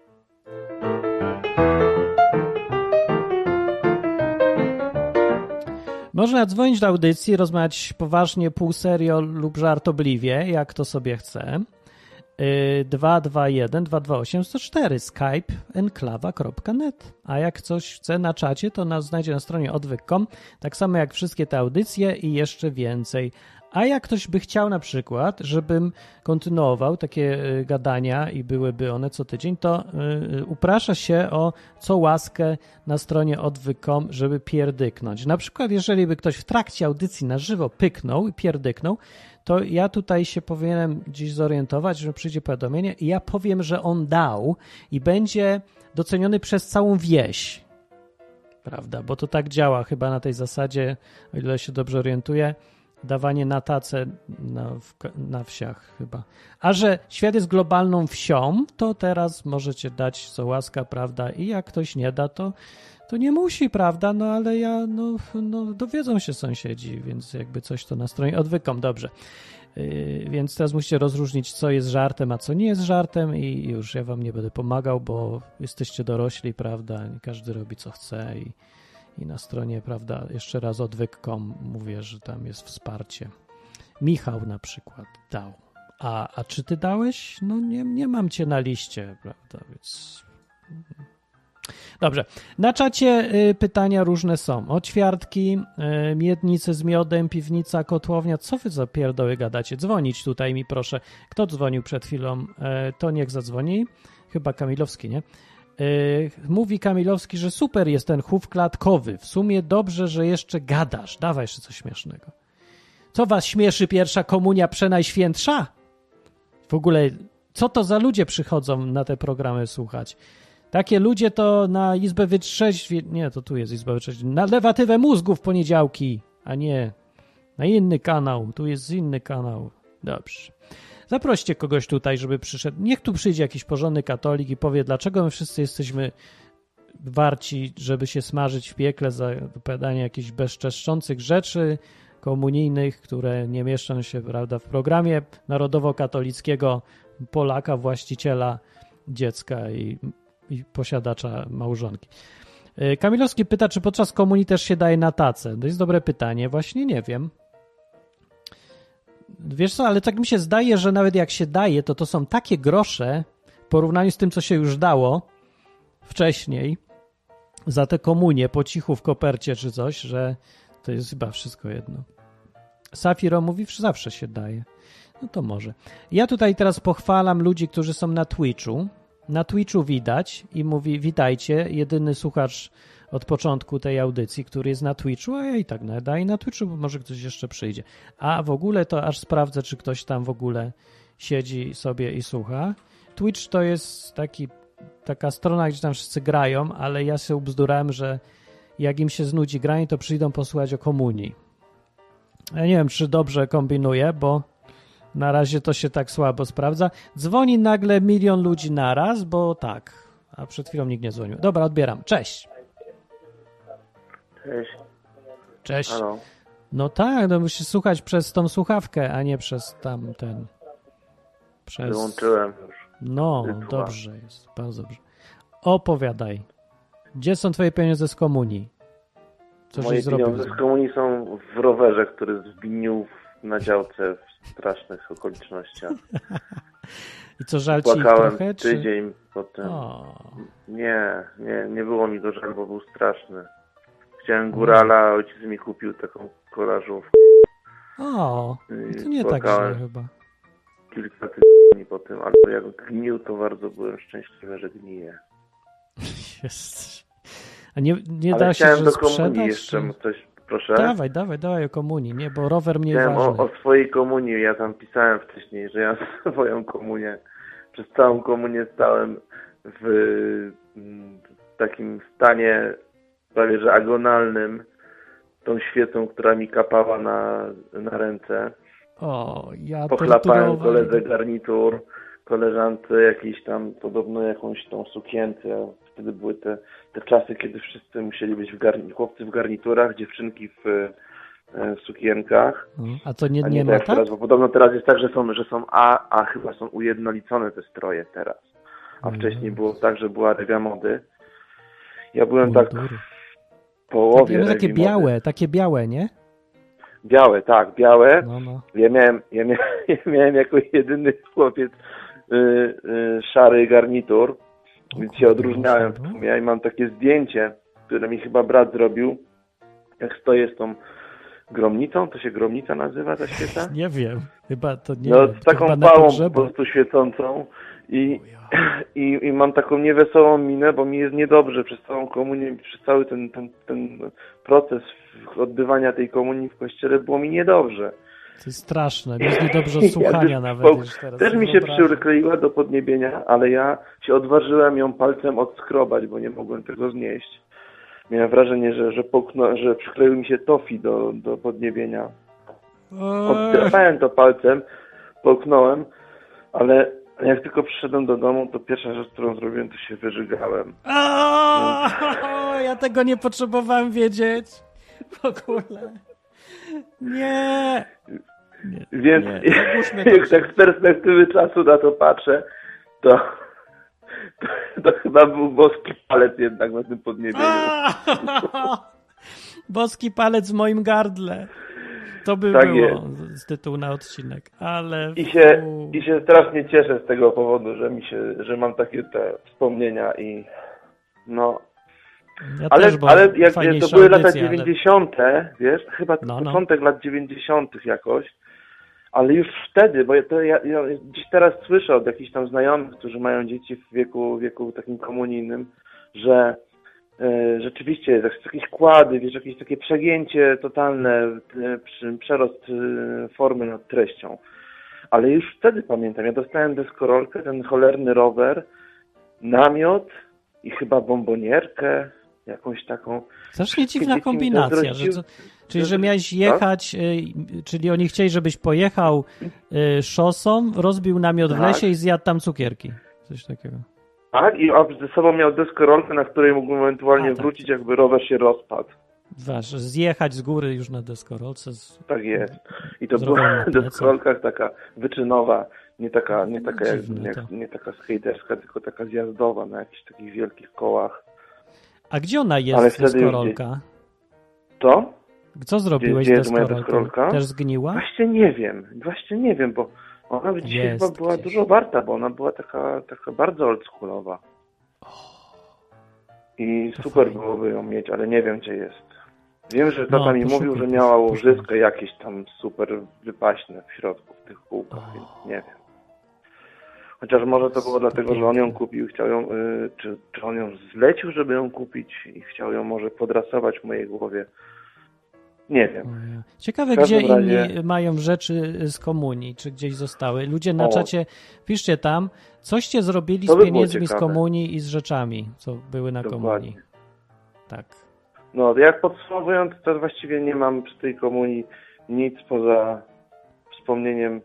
Speaker 1: Można dzwonić do audycji, rozmawiać poważnie, półserio lub żartobliwie, jak to sobie chce. 221 228 104 skype enklawa.net. A jak coś chce na czacie, to nas znajdzie na stronie odwyk.com, tak samo jak wszystkie te audycje i jeszcze więcej. A jak ktoś by chciał na przykład, żebym kontynuował takie gadania i byłyby one co tydzień, to uprasza się o co łaskę na stronie odwyk.com, żeby pierdyknąć. Na przykład jeżeli by ktoś w trakcie audycji na żywo pyknął i pierdyknął, to ja tutaj się powinienem dziś zorientować, że przyjdzie powiadomienie i ja powiem, że on dał i będzie doceniony przez całą wieś. Prawda? Bo to tak działa chyba na tej zasadzie, o ile się dobrze orientuję, dawanie na tacę na wsiach chyba. A że świat jest globalną wsią, to teraz możecie dać co łaska, prawda? I jak ktoś nie da, to nie musi, prawda? No ale dowiedzą się sąsiedzi, więc jakby coś to na stronie odwykom. Dobrze. Więc teraz musicie rozróżnić, co jest żartem, a co nie jest żartem i już ja wam nie będę pomagał, bo jesteście dorośli, prawda? Każdy robi co chce i na stronie, prawda, jeszcze raz odwyk.com mówię, że tam jest wsparcie. Michał na przykład dał. A czy ty dałeś? No nie mam cię na liście, prawda, więc... Dobrze. Na czacie pytania różne są. O ćwiartki, miednice z miodem, piwnica, kotłownia. Co wy za pierdoły gadacie? Dzwonić tutaj mi proszę. Kto dzwonił przed chwilą? To niech zadzwoni. Chyba Kamilowski, nie? Mówi Kamilowski, że super jest ten chów klatkowy. W sumie dobrze, że jeszcze gadasz. Dawaj jeszcze coś śmiesznego. Co was śmieszy pierwsza komunia przenajświętsza? W ogóle, co to za ludzie przychodzą na te programy słuchać? Takie ludzie to na Izbę Wytrzeźwień... Nie, to tu jest Izba Wytrzeźwień. Na lewatywę mózgu w poniedziałki, a nie na inny kanał. Tu jest inny kanał. Dobrze. Zaproście kogoś tutaj, żeby przyszedł. Niech tu przyjdzie jakiś porządny katolik i powie, dlaczego my wszyscy jesteśmy warci, żeby się smażyć w piekle za opowiadanie jakichś bezczeszczących rzeczy komunijnych, które nie mieszczą się, prawda, w programie narodowo-katolickiego Polaka, właściciela dziecka i posiadacza małżonki. Kamilowski pyta, czy podczas komunii też się daje na tacę. To jest dobre pytanie. Właśnie nie wiem. Wiesz co, ale tak mi się zdaje, że nawet jak się daje, to są takie grosze w porównaniu z tym, co się już dało wcześniej za tę komunię po cichu w kopercie czy coś, że to jest chyba wszystko jedno. Safiro mówi, że zawsze się daje. No to może. Ja tutaj teraz pochwalam ludzi, którzy są na Twitchu. Na Twitchu widać i mówi, witajcie, jedyny słuchacz od początku tej audycji, który jest na Twitchu, a ja i tak nadaję na Twitchu, bo może ktoś jeszcze przyjdzie. A w ogóle to aż sprawdzę, czy ktoś tam w ogóle siedzi sobie i słucha. Twitch to jest taka strona, gdzie tam wszyscy grają, ale ja się ubzdurałem, że jak im się znudzi granie, to przyjdą posłuchać o komunii. Ja nie wiem, czy dobrze kombinuję, bo na razie to się tak słabo sprawdza. Dzwoni nagle 1 000 000 ludzi naraz, bo tak. A przed chwilą nikt nie dzwonił. Dobra, odbieram. Cześć.
Speaker 5: Cześć.
Speaker 1: Cześć.
Speaker 5: Halo.
Speaker 1: No tak, no musisz słuchać przez tą słuchawkę, a nie przez tamten.
Speaker 5: Wyłączyłem już.
Speaker 1: No, dobrze jest. Bardzo dobrze. Opowiadaj. Gdzie są twoje pieniądze z komunii?
Speaker 5: Moje pieniądze z komunii są w rowerze, który zgnił na działce w strasznych okolicznościach.
Speaker 1: I co, żal ci ich
Speaker 5: Płakałem
Speaker 1: trochę?
Speaker 5: tydzień potem. Nie było mi go żal, bo był straszny. Chciałem górala, a ojciec mi kupił taką kolażówkę.
Speaker 1: O, to nie tak źle chyba.
Speaker 5: Kilka tygodni po tym, ale jak gnił, to bardzo byłem szczęśliwy, że gnije.
Speaker 1: Jest. A nie da się, że
Speaker 5: do komunii
Speaker 1: sprzedać,
Speaker 5: jeszcze coś, proszę.
Speaker 1: Dawaj o komunii, nie, bo rower mnie
Speaker 5: Chciałem
Speaker 1: ważny.
Speaker 5: o swojej komunii, ja tam pisałem wcześniej, że ja swoją komunię, przez całą komunię stałem w takim stanie prawie że agonalnym, tą świecą, która mi kapała na ręce.
Speaker 1: O, ja
Speaker 5: pochlapałem koledze garnitur, koleżance jakiejś tam, podobno jakąś tą sukienkę. Wtedy były te czasy, kiedy wszyscy musieli być chłopcy w garniturach, dziewczynki w sukienkach.
Speaker 1: A to nie ma tak?
Speaker 5: Teraz, bo podobno teraz jest tak, że są a chyba są ujednolicone te stroje teraz. A wcześniej było tak, że była regia mody. Ja byłem tak w połowie
Speaker 1: takie białe, nie?
Speaker 5: Białe, tak, białe.
Speaker 1: No.
Speaker 5: Ja miałem jako jedyny chłopiec szary garnitur, więc się odróżniałem w sumie i mam takie zdjęcie, które mi chyba brat zrobił, jak stoję z tą gromnicą, to się gromnica nazywa ta świeca?
Speaker 1: Nie wiem, chyba to nie
Speaker 5: No
Speaker 1: wiem.
Speaker 5: z taką pałą po prostu świecącą i mam taką niewesołą minę, bo mi jest niedobrze przez całą komunię, przez cały ten proces odbywania tej komunii w kościele było mi niedobrze.
Speaker 1: To jest straszne, mi jest niedobrze od słuchania nawet.
Speaker 5: Też mi się przykleiła do podniebienia, ale ja się odważyłem ją palcem odskrobać, bo nie mogłem tego znieść. Miałem wrażenie, że przykleił mi się tofi do podniebienia. Oddrapałem to palcem, połknąłem, ale jak tylko przyszedłem do domu, to pierwsza rzecz, którą zrobiłem, to się wyżygałem.
Speaker 1: Ja tego nie potrzebowałem wiedzieć. W ogóle. Nie.
Speaker 5: Więc jak tak z perspektywy czasu na to patrzę, to chyba był boski palec jednak na tym podniebieniu.
Speaker 1: Boski palec w moim gardle. To by
Speaker 5: tak
Speaker 1: było
Speaker 5: jest.
Speaker 1: z tytułu na odcinek, ale...
Speaker 5: I się strasznie cieszę z tego powodu, że mam takie te wspomnienia i no...
Speaker 1: Ja
Speaker 5: ale jak to były lata
Speaker 1: audycja,
Speaker 5: 90., wiesz, chyba początek lat 90. jakoś, ale już wtedy, bo ja dziś teraz słyszę od jakichś tam znajomych, którzy mają dzieci w wieku takim komunijnym, że rzeczywiście jakieś kłady, wiesz, jakieś takie przegięcie totalne, przerost formy nad treścią. Ale już wtedy pamiętam, ja dostałem deskorolkę, ten cholerny rower, namiot i chyba bombonierkę, jakąś taką...
Speaker 1: Strasznie dziwna kombinacja, czyli że miałeś jechać, czyli oni chcieli, żebyś pojechał szosą, rozbił namiot w lesie i zjadł tam cukierki. Coś takiego.
Speaker 5: Tak, i ze sobą miał deskorolkę, na której mógłbym ewentualnie wrócić, jakby rower się rozpadł.
Speaker 1: Zjechać z góry już na deskorolce.
Speaker 5: Tak jest. I to była deskorolka taka wyczynowa, nie taka skejterska, tylko taka zjazdowa na jakichś takich wielkich kołach.
Speaker 1: A gdzie ona jest, deskorolka?
Speaker 5: To?
Speaker 1: Co zrobiłeś z deskorolką? Też zgniła?
Speaker 5: Właśnie nie wiem, bo ona dzisiaj chyba była dużo warta, bo ona była taka bardzo oldschoolowa. I super byłoby ją mieć, ale nie wiem, gdzie jest. Wiem, że tata mi mówił, że miała łożysko jakieś tam super wypaśne w środku, w tych kółkach, więc nie wiem. Chociaż może to było dlatego, że on ją kupił, chciał ją, czy on ją zlecił, żeby ją kupić i chciał ją może podrasować w mojej głowie. Nie wiem.
Speaker 1: Ciekawe, gdzie inni mają rzeczy z komunii, czy gdzieś zostały. Ludzie na czacie, piszcie tam, coście zrobili z pieniędzmi z komunii i z rzeczami, co były na komunii. Tak.
Speaker 5: No, jak podsumowując, to właściwie nie mam przy tej komunii nic poza wspomnieniem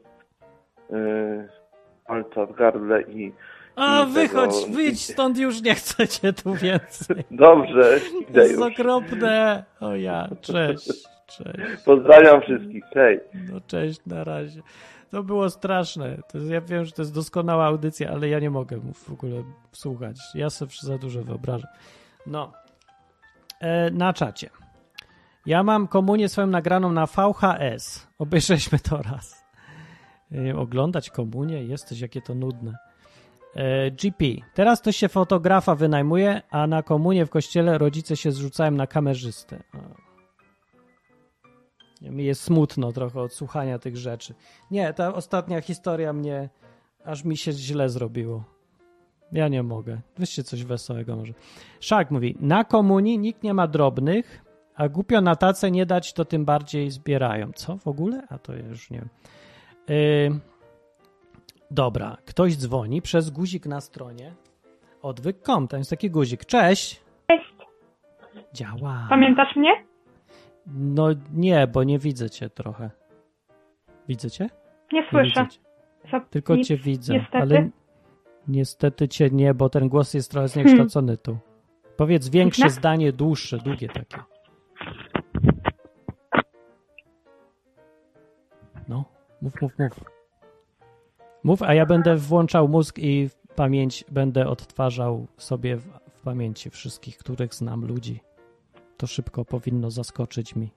Speaker 5: palca w gardle i...
Speaker 1: wyjdź stąd, już nie chcę cię tu więcej.
Speaker 5: Dobrze, idę
Speaker 1: To jest
Speaker 5: już.
Speaker 1: okropne. Cześć.
Speaker 5: Pozdrawiam wszystkich, cześć.
Speaker 1: No cześć, na razie. To było straszne. Ja wiem, że to jest doskonała audycja, ale ja nie mogę w ogóle słuchać. Ja sobie za dużo wyobrażam. No. Na czacie. Ja mam komunię swoją nagraną na VHS. Obejrzeliśmy to raz. Oglądać komunię? Jesteś, jakie to nudne. GP. Teraz to się fotografa wynajmuje, a na komunię w kościele rodzice się zrzucają na kamerzystę. Mi jest smutno trochę od słuchania tych rzeczy. Nie, ta ostatnia historia aż mi się źle zrobiło. Ja nie mogę. Weźcie coś wesołego może. Szak mówi, na komunii nikt nie ma drobnych, a głupio na tacę nie dać, to tym bardziej zbierają. Co w ogóle? A to ja już nie wiem. Dobra, ktoś dzwoni przez guzik na stronie odwyk.com. Tam jest taki guzik. Cześć!
Speaker 6: Cześć!
Speaker 1: Działa.
Speaker 6: Pamiętasz mnie?
Speaker 1: No nie, bo nie widzę cię trochę. Widzę cię?
Speaker 6: Nie słyszę.
Speaker 1: Tylko cię widzę,
Speaker 6: niestety.
Speaker 1: ale niestety cię nie, bo ten głos jest trochę zniekształcony tu. Powiedz większe zdanie, dłuższe, długie takie. No, mów. Mów, a ja będę włączał mózg i w pamięć będę odtwarzał sobie w pamięci wszystkich, których znam ludzi. To szybko powinno zaskoczyć mi.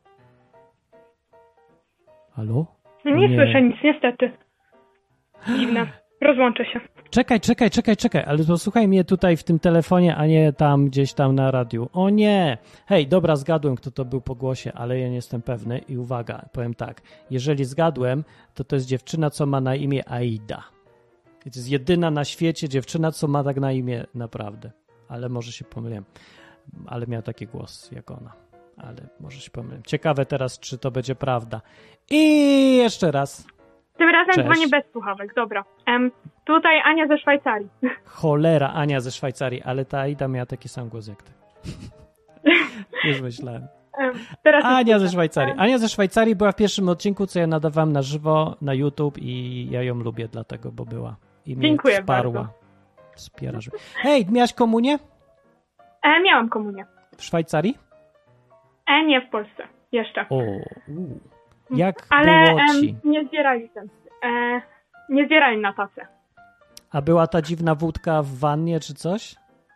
Speaker 1: Halo?
Speaker 6: Nie słyszę nic, niestety. Dziwne. Rozłączę się.
Speaker 1: Czekaj, ale posłuchaj mnie tutaj w tym telefonie, a nie tam gdzieś tam na radiu. O nie! Hej, dobra, zgadłem, kto to był po głosie, ale ja nie jestem pewny i uwaga, powiem tak, jeżeli zgadłem, to jest dziewczyna, co ma na imię Aida. I to jest jedyna na świecie dziewczyna, co ma tak na imię naprawdę. Ale może się pomyliłem. Ale miał taki głos jak ona. Ale może się pomyliłem. Ciekawe teraz, czy to będzie prawda. I jeszcze raz.
Speaker 6: Tym razem
Speaker 1: Cześć.
Speaker 6: dzwonię bez słuchawek, dobra. Tutaj Ania ze Szwajcarii.
Speaker 1: Cholera, Ania ze Szwajcarii, ale ta Aida miała taki sam głos jak ty. Już myślałem.
Speaker 6: Teraz
Speaker 1: Ania ze Szwajcarii. Ania ze Szwajcarii była w pierwszym odcinku, co ja nadawałem na żywo na YouTube i ja ją lubię dlatego, bo była. I mnie
Speaker 6: Dziękuję
Speaker 1: wsparła.
Speaker 6: bardzo.
Speaker 1: Wspierasz. Hej, miałaś komunię?
Speaker 6: Miałam komunię.
Speaker 1: W Szwajcarii?
Speaker 6: Nie w Polsce. Jeszcze.
Speaker 1: Jak
Speaker 6: Ale
Speaker 1: było ci?
Speaker 6: Nie zbierali na tacę.
Speaker 1: A była ta dziwna wódka w wannie czy coś?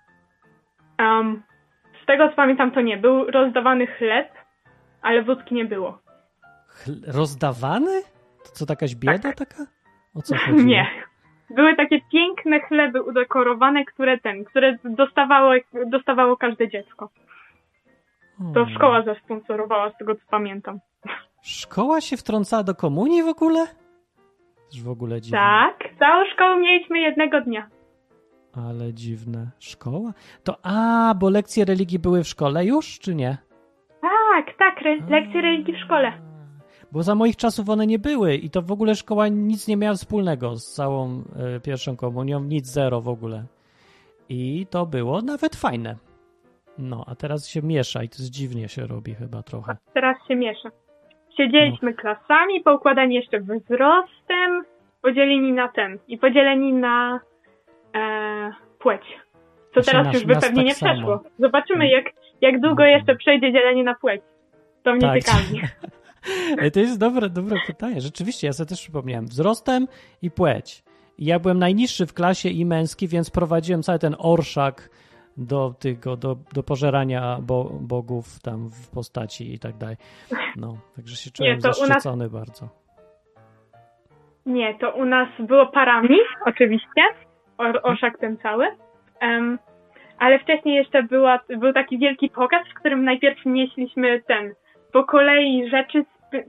Speaker 6: Z tego co pamiętam to nie. Był rozdawany chleb, ale wódki nie było.
Speaker 1: Rozdawany? To co, jakaś bieda
Speaker 6: Tak.
Speaker 1: taka? O co chodzi?
Speaker 6: Nie. Były takie piękne chleby udekorowane, które dostawało każde dziecko. To szkoła zasponsorowała, z tego co pamiętam.
Speaker 1: Szkoła się wtrącała do komunii w ogóle? Też w ogóle dziwne.
Speaker 6: Tak, całą szkołę mieliśmy jednego dnia.
Speaker 1: Ale dziwne. Szkoła? To bo lekcje religii były w szkole już, czy nie?
Speaker 6: Tak, lekcje religii w szkole.
Speaker 1: Bo za moich czasów one nie były i to w ogóle szkoła nic nie miała wspólnego z całą pierwszą komunią, nic, zero w ogóle. I to było nawet fajne. No, a teraz się miesza i to jest dziwnie się robi chyba trochę.
Speaker 6: Teraz się miesza. Siedzieliśmy klasami, poukładani jeszcze wzrostem, podzieleni na i podzieleni na płeć. Co
Speaker 1: Właśnie
Speaker 6: teraz już by pewnie
Speaker 1: tak
Speaker 6: nie
Speaker 1: samo.
Speaker 6: przeszło. Zobaczymy, jak długo jeszcze przejdzie dzielenie na płeć. To mnie
Speaker 1: Tak.
Speaker 6: ciekawi.
Speaker 1: To jest dobre pytanie. Rzeczywiście, ja sobie też przypomniałem. Wzrostem i płeć. I ja byłem najniższy w klasie i męski, więc prowadziłem cały ten orszak do pożerania bogów tam w postaci i tak dalej. No, także się czułem zaszczycony bardzo.
Speaker 6: Nie, to u nas było parami, oczywiście. Orszak ten cały. Ale wcześniej jeszcze był taki wielki pokaz, w którym najpierw nieśliśmy po kolei rzeczy,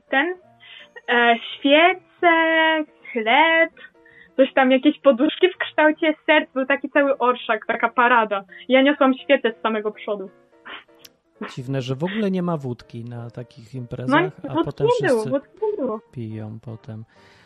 Speaker 6: świece, chleb, coś tam, jakieś poduszki w kształcie serc, był taki cały orszak, taka parada. Ja niosłam świecę z samego przodu.
Speaker 1: Dziwne, że w ogóle nie ma wódki na takich imprezach, a potem
Speaker 6: wódki nie
Speaker 1: wszyscy
Speaker 6: było.
Speaker 1: piją potem.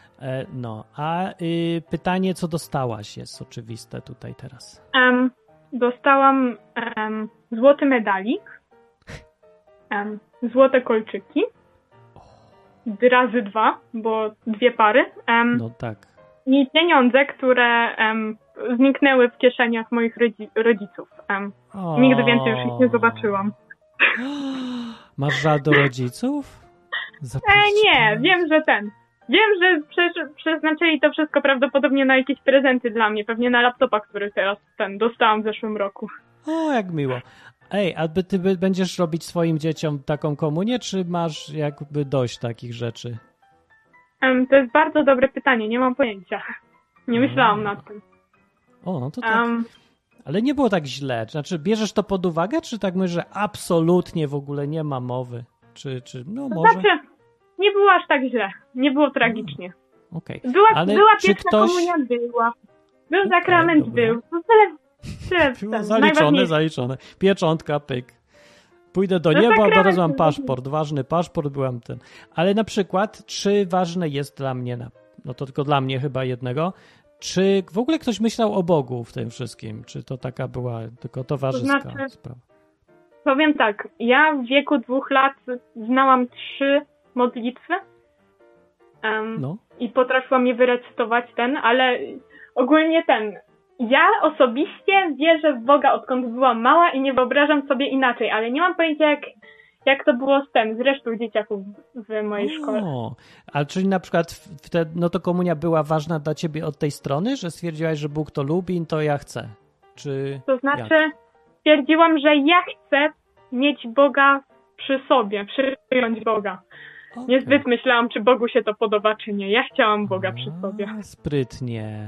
Speaker 1: Pytanie, co dostałaś, jest oczywiste tutaj teraz.
Speaker 6: Dostałam złoty medalik, złote kolczyki, razy 2, bo 2 pary.
Speaker 1: No tak.
Speaker 6: I pieniądze, które zniknęły w kieszeniach moich rodziców. Nigdy więcej już ich nie zobaczyłam.
Speaker 1: Masz żal do rodziców?
Speaker 6: Nie, wiem, że przeznaczyli to wszystko prawdopodobnie na jakieś prezenty dla mnie, pewnie na laptopa, który teraz dostałam w zeszłym roku.
Speaker 1: O, jak miło. Ej, a ty będziesz robić swoim dzieciom taką komunię, czy masz jakby dość takich rzeczy?
Speaker 6: To jest bardzo dobre pytanie, nie mam pojęcia. Nie myślałam nad tym.
Speaker 1: O, no to tak. Ale nie było tak źle. Znaczy, bierzesz to pod uwagę, czy tak myślisz, że absolutnie w ogóle nie ma mowy? Czy no może?
Speaker 6: Znaczy, nie było aż tak źle. Nie było tragicznie.
Speaker 1: Okej.
Speaker 6: Była pierwsza komunia, była. Był sakrament,
Speaker 1: dobra.
Speaker 6: był. No tyle
Speaker 1: Było zaliczone. Pieczątka, pyk. Pójdę do nieba, bo teraz mam paszport. Ważny paszport, byłam ten. Ale na przykład, czy ważne jest dla mnie, no to tylko dla mnie chyba jednego, czy w ogóle ktoś myślał o Bogu w tym wszystkim? Czy to taka była tylko towarzyska sprawa?
Speaker 6: Powiem tak, ja w wieku 2 lat znałam 3 modlitwy i potrafiłam je wyrecytować ale ogólnie ja osobiście wierzę w Boga, odkąd byłam mała i nie wyobrażam sobie inaczej, ale nie mam pojęcia jak to było z resztą dzieciaków w mojej szkole.
Speaker 1: Ale czyli na przykład to komunia była ważna dla ciebie od tej strony, że stwierdziłaś, że Bóg to lubi, to ja chcę? Czy
Speaker 6: to znaczy stwierdziłam, że ja chcę mieć Boga przy sobie, przyjąć Boga.
Speaker 1: Okay.
Speaker 6: Niezbyt myślałam, czy Bogu się to podoba, czy nie. Ja chciałam Boga przy sobie.
Speaker 1: Sprytnie.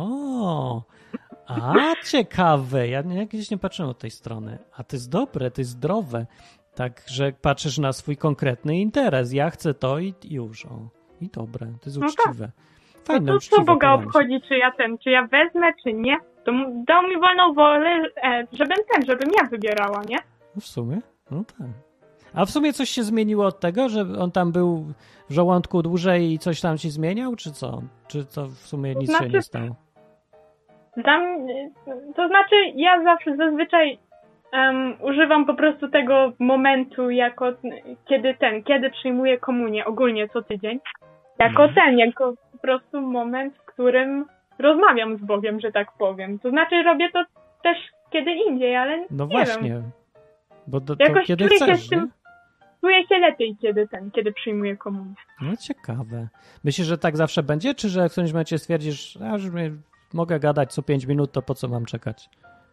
Speaker 1: Ciekawe. Ja gdzieś nie patrzyłem od tej strony. A to jest dobre, to jest zdrowe. Tak, że patrzysz na swój konkretny interes. Ja chcę to i już. I dobre, to jest uczciwe. Fajne,
Speaker 6: to
Speaker 1: uczciwe
Speaker 6: co Boga
Speaker 1: podanie.
Speaker 6: obchodzi, czy ja wezmę, czy nie? To dał mi wolną wolę, żebym ja wybierała, nie?
Speaker 1: No w sumie, no tak. A w sumie coś się zmieniło od tego, że on tam był w żołądku dłużej i coś tam się zmieniał, czy co? Czy to w sumie nic się nie stało?
Speaker 6: To znaczy, ja zazwyczaj używam po prostu tego momentu jako kiedy przyjmuję komunię ogólnie co tydzień. Jako po prostu moment, w którym rozmawiam z Bogiem, że tak powiem. To znaczy, robię to też kiedy indziej, ale
Speaker 1: no
Speaker 6: nie
Speaker 1: właśnie,
Speaker 6: wiem.
Speaker 1: Bo to
Speaker 6: jakoś
Speaker 1: kiedy chcesz,
Speaker 6: czuję się lepiej, kiedy przyjmuję komunię.
Speaker 1: No ciekawe. Myślisz, że tak zawsze będzie, czy że w którymś momencie stwierdzisz, że mogę gadać co 5 minut, to po co mam czekać?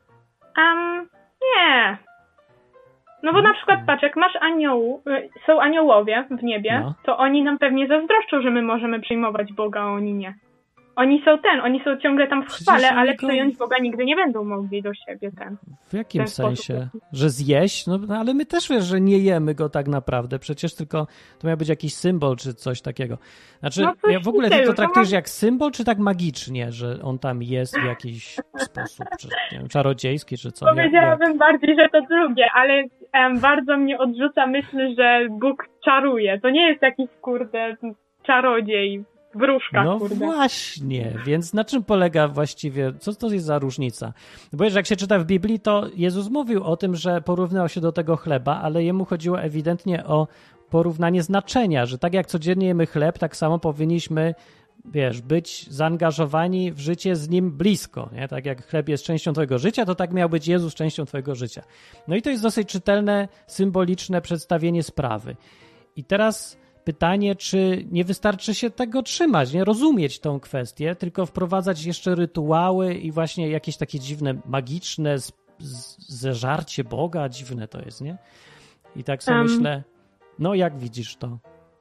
Speaker 6: Nie. No bo na przykład patrz, jak masz są aniołowie w niebie, to oni nam pewnie zazdroszczą, że my możemy przyjmować Boga, a oni nie. Oni są ciągle tam w chwale, ale przyjąć Boga nigdy nie będą mogli do siebie.
Speaker 1: W jakim sensie? Że zjeść? No ale my też wiesz, że nie jemy go tak naprawdę. Przecież tylko to miał być jakiś symbol czy coś takiego. Znaczy, ja w ogóle ty to traktujesz jak symbol, czy tak magicznie, że on tam jest w jakiś sposób, czy nie wiem, czarodziejski, czy co?
Speaker 6: Powiedziałabym bardziej, że to drugie, ale bardzo mnie odrzuca myśl, że Bóg czaruje. To nie jest jakiś, czarodziej. Wróżka,
Speaker 1: no właśnie, więc na czym polega właściwie, co to jest za różnica? Bo jak się czyta w Biblii, to Jezus mówił o tym, że porównał się do tego chleba, ale jemu chodziło ewidentnie o porównanie znaczenia, że tak jak codziennie jemy chleb, tak samo powinniśmy, być zaangażowani w życie z nim blisko, nie? Tak jak chleb jest częścią twojego życia, to tak miał być Jezus częścią twojego życia. No i to jest dosyć czytelne, symboliczne przedstawienie sprawy. I teraz pytanie, czy nie wystarczy się tego trzymać, nie rozumieć tą kwestię, tylko wprowadzać jeszcze rytuały i właśnie jakieś takie dziwne, magiczne zeżarcie Boga, dziwne to jest, nie? I tak sobie myślę, no jak widzisz to?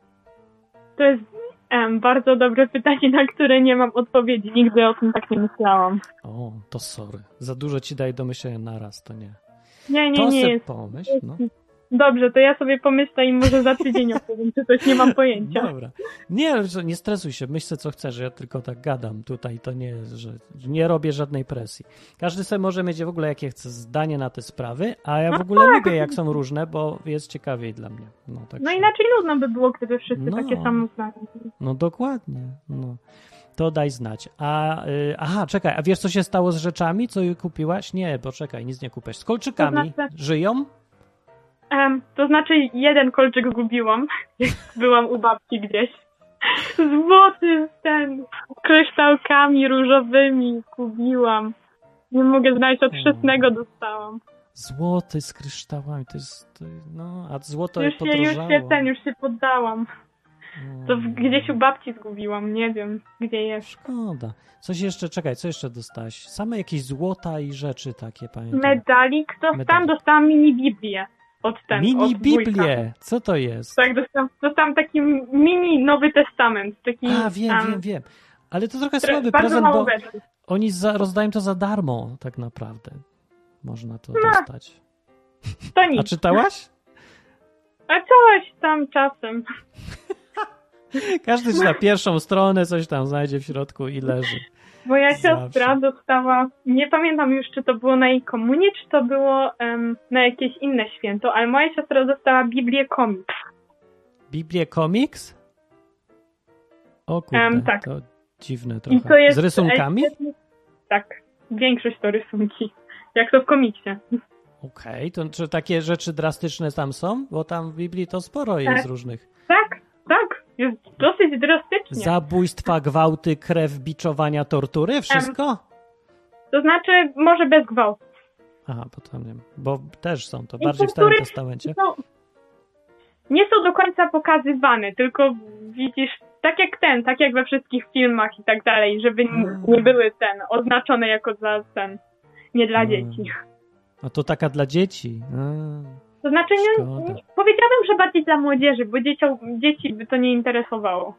Speaker 6: To jest bardzo dobre pytanie, na które nie mam odpowiedzi. Nigdy o tym tak nie myślałam.
Speaker 1: O, to sorry. Za dużo ci daje do myślenia naraz, to nie.
Speaker 6: Nie.
Speaker 1: Pomyśl, no.
Speaker 6: Dobrze, to ja sobie pomyślę i może za tydzień opowiem, czy coś, nie mam pojęcia.
Speaker 1: Dobra. Nie stresuj się, myśl co chcesz, ja tylko tak gadam tutaj, to nie jest, że nie robię żadnej presji. Każdy sobie może mieć w ogóle jakie chce zdanie na te sprawy, a ja w ogóle lubię jak są różne, bo jest ciekawiej dla mnie. No
Speaker 6: inaczej nudno by było, gdyby wszyscy takie samo zdanie.
Speaker 1: No dokładnie, To daj znać. Czekaj, a wiesz co się stało z rzeczami, co kupiłaś? Nie, poczekaj, nic nie kupiłaś. Z kolczykami żyją?
Speaker 6: To znaczy jeden kolczyk zgubiłam, jak byłam u babci gdzieś. Złoty z kryształkami różowymi kupiłam. Nie mogę znaleźć, od chrzestnego dostałam.
Speaker 1: Złoty z kryształami, to jest a złoto
Speaker 6: już
Speaker 1: podrożało.
Speaker 6: Już się poddałam. To gdzieś u babci zgubiłam, nie wiem, gdzie jest.
Speaker 1: Szkoda. Coś jeszcze, czekaj, co jeszcze dostałaś? Same jakieś złota i rzeczy takie, pamiętam.
Speaker 6: Medalik dostałam mini Biblię.
Speaker 1: Mini Biblię? Co to jest?
Speaker 6: Tak, dostałam taki mini Nowy Testament. Taki,
Speaker 1: wiem. Ale to trochę słaby prezent, bo oni rozdają to za darmo tak naprawdę. Można to dostać.
Speaker 6: To nic.
Speaker 1: A czytałaś?
Speaker 6: A coś tam czasem.
Speaker 1: Każdy czyta pierwszą stronę, coś tam znajdzie w środku i leży.
Speaker 6: Moja siostra dostała, nie pamiętam już, czy to było na jej komunię, czy to było na jakieś inne święto, ale moja siostra dostała Biblię Komiks.
Speaker 1: Biblię Komiks? O kurde,
Speaker 6: tak.
Speaker 1: To dziwne trochę.
Speaker 6: I to jest,
Speaker 1: z rysunkami?
Speaker 6: Tak, większość to rysunki, jak to w komiksie.
Speaker 1: Okej, to czy takie rzeczy drastyczne tam są? Bo tam w Biblii to sporo jest różnych.
Speaker 6: Tak, jest dosyć drastycznie.
Speaker 1: Zabójstwa, gwałty, krew, biczowania, tortury, wszystko?
Speaker 6: To znaczy, może bez gwałtu.
Speaker 1: Aha, potem nie wiem, bo też są to bardziej w Starym Testamencie.
Speaker 6: Nie są do końca pokazywane, tylko widzisz, tak jak we wszystkich filmach i tak dalej, żeby nie były oznaczone jako nie dla dzieci.
Speaker 1: A to taka dla dzieci.
Speaker 6: To znaczy,
Speaker 1: Szkoda.
Speaker 6: powiedziałabym, że bardziej dla młodzieży, bo dzieci by to nie interesowało.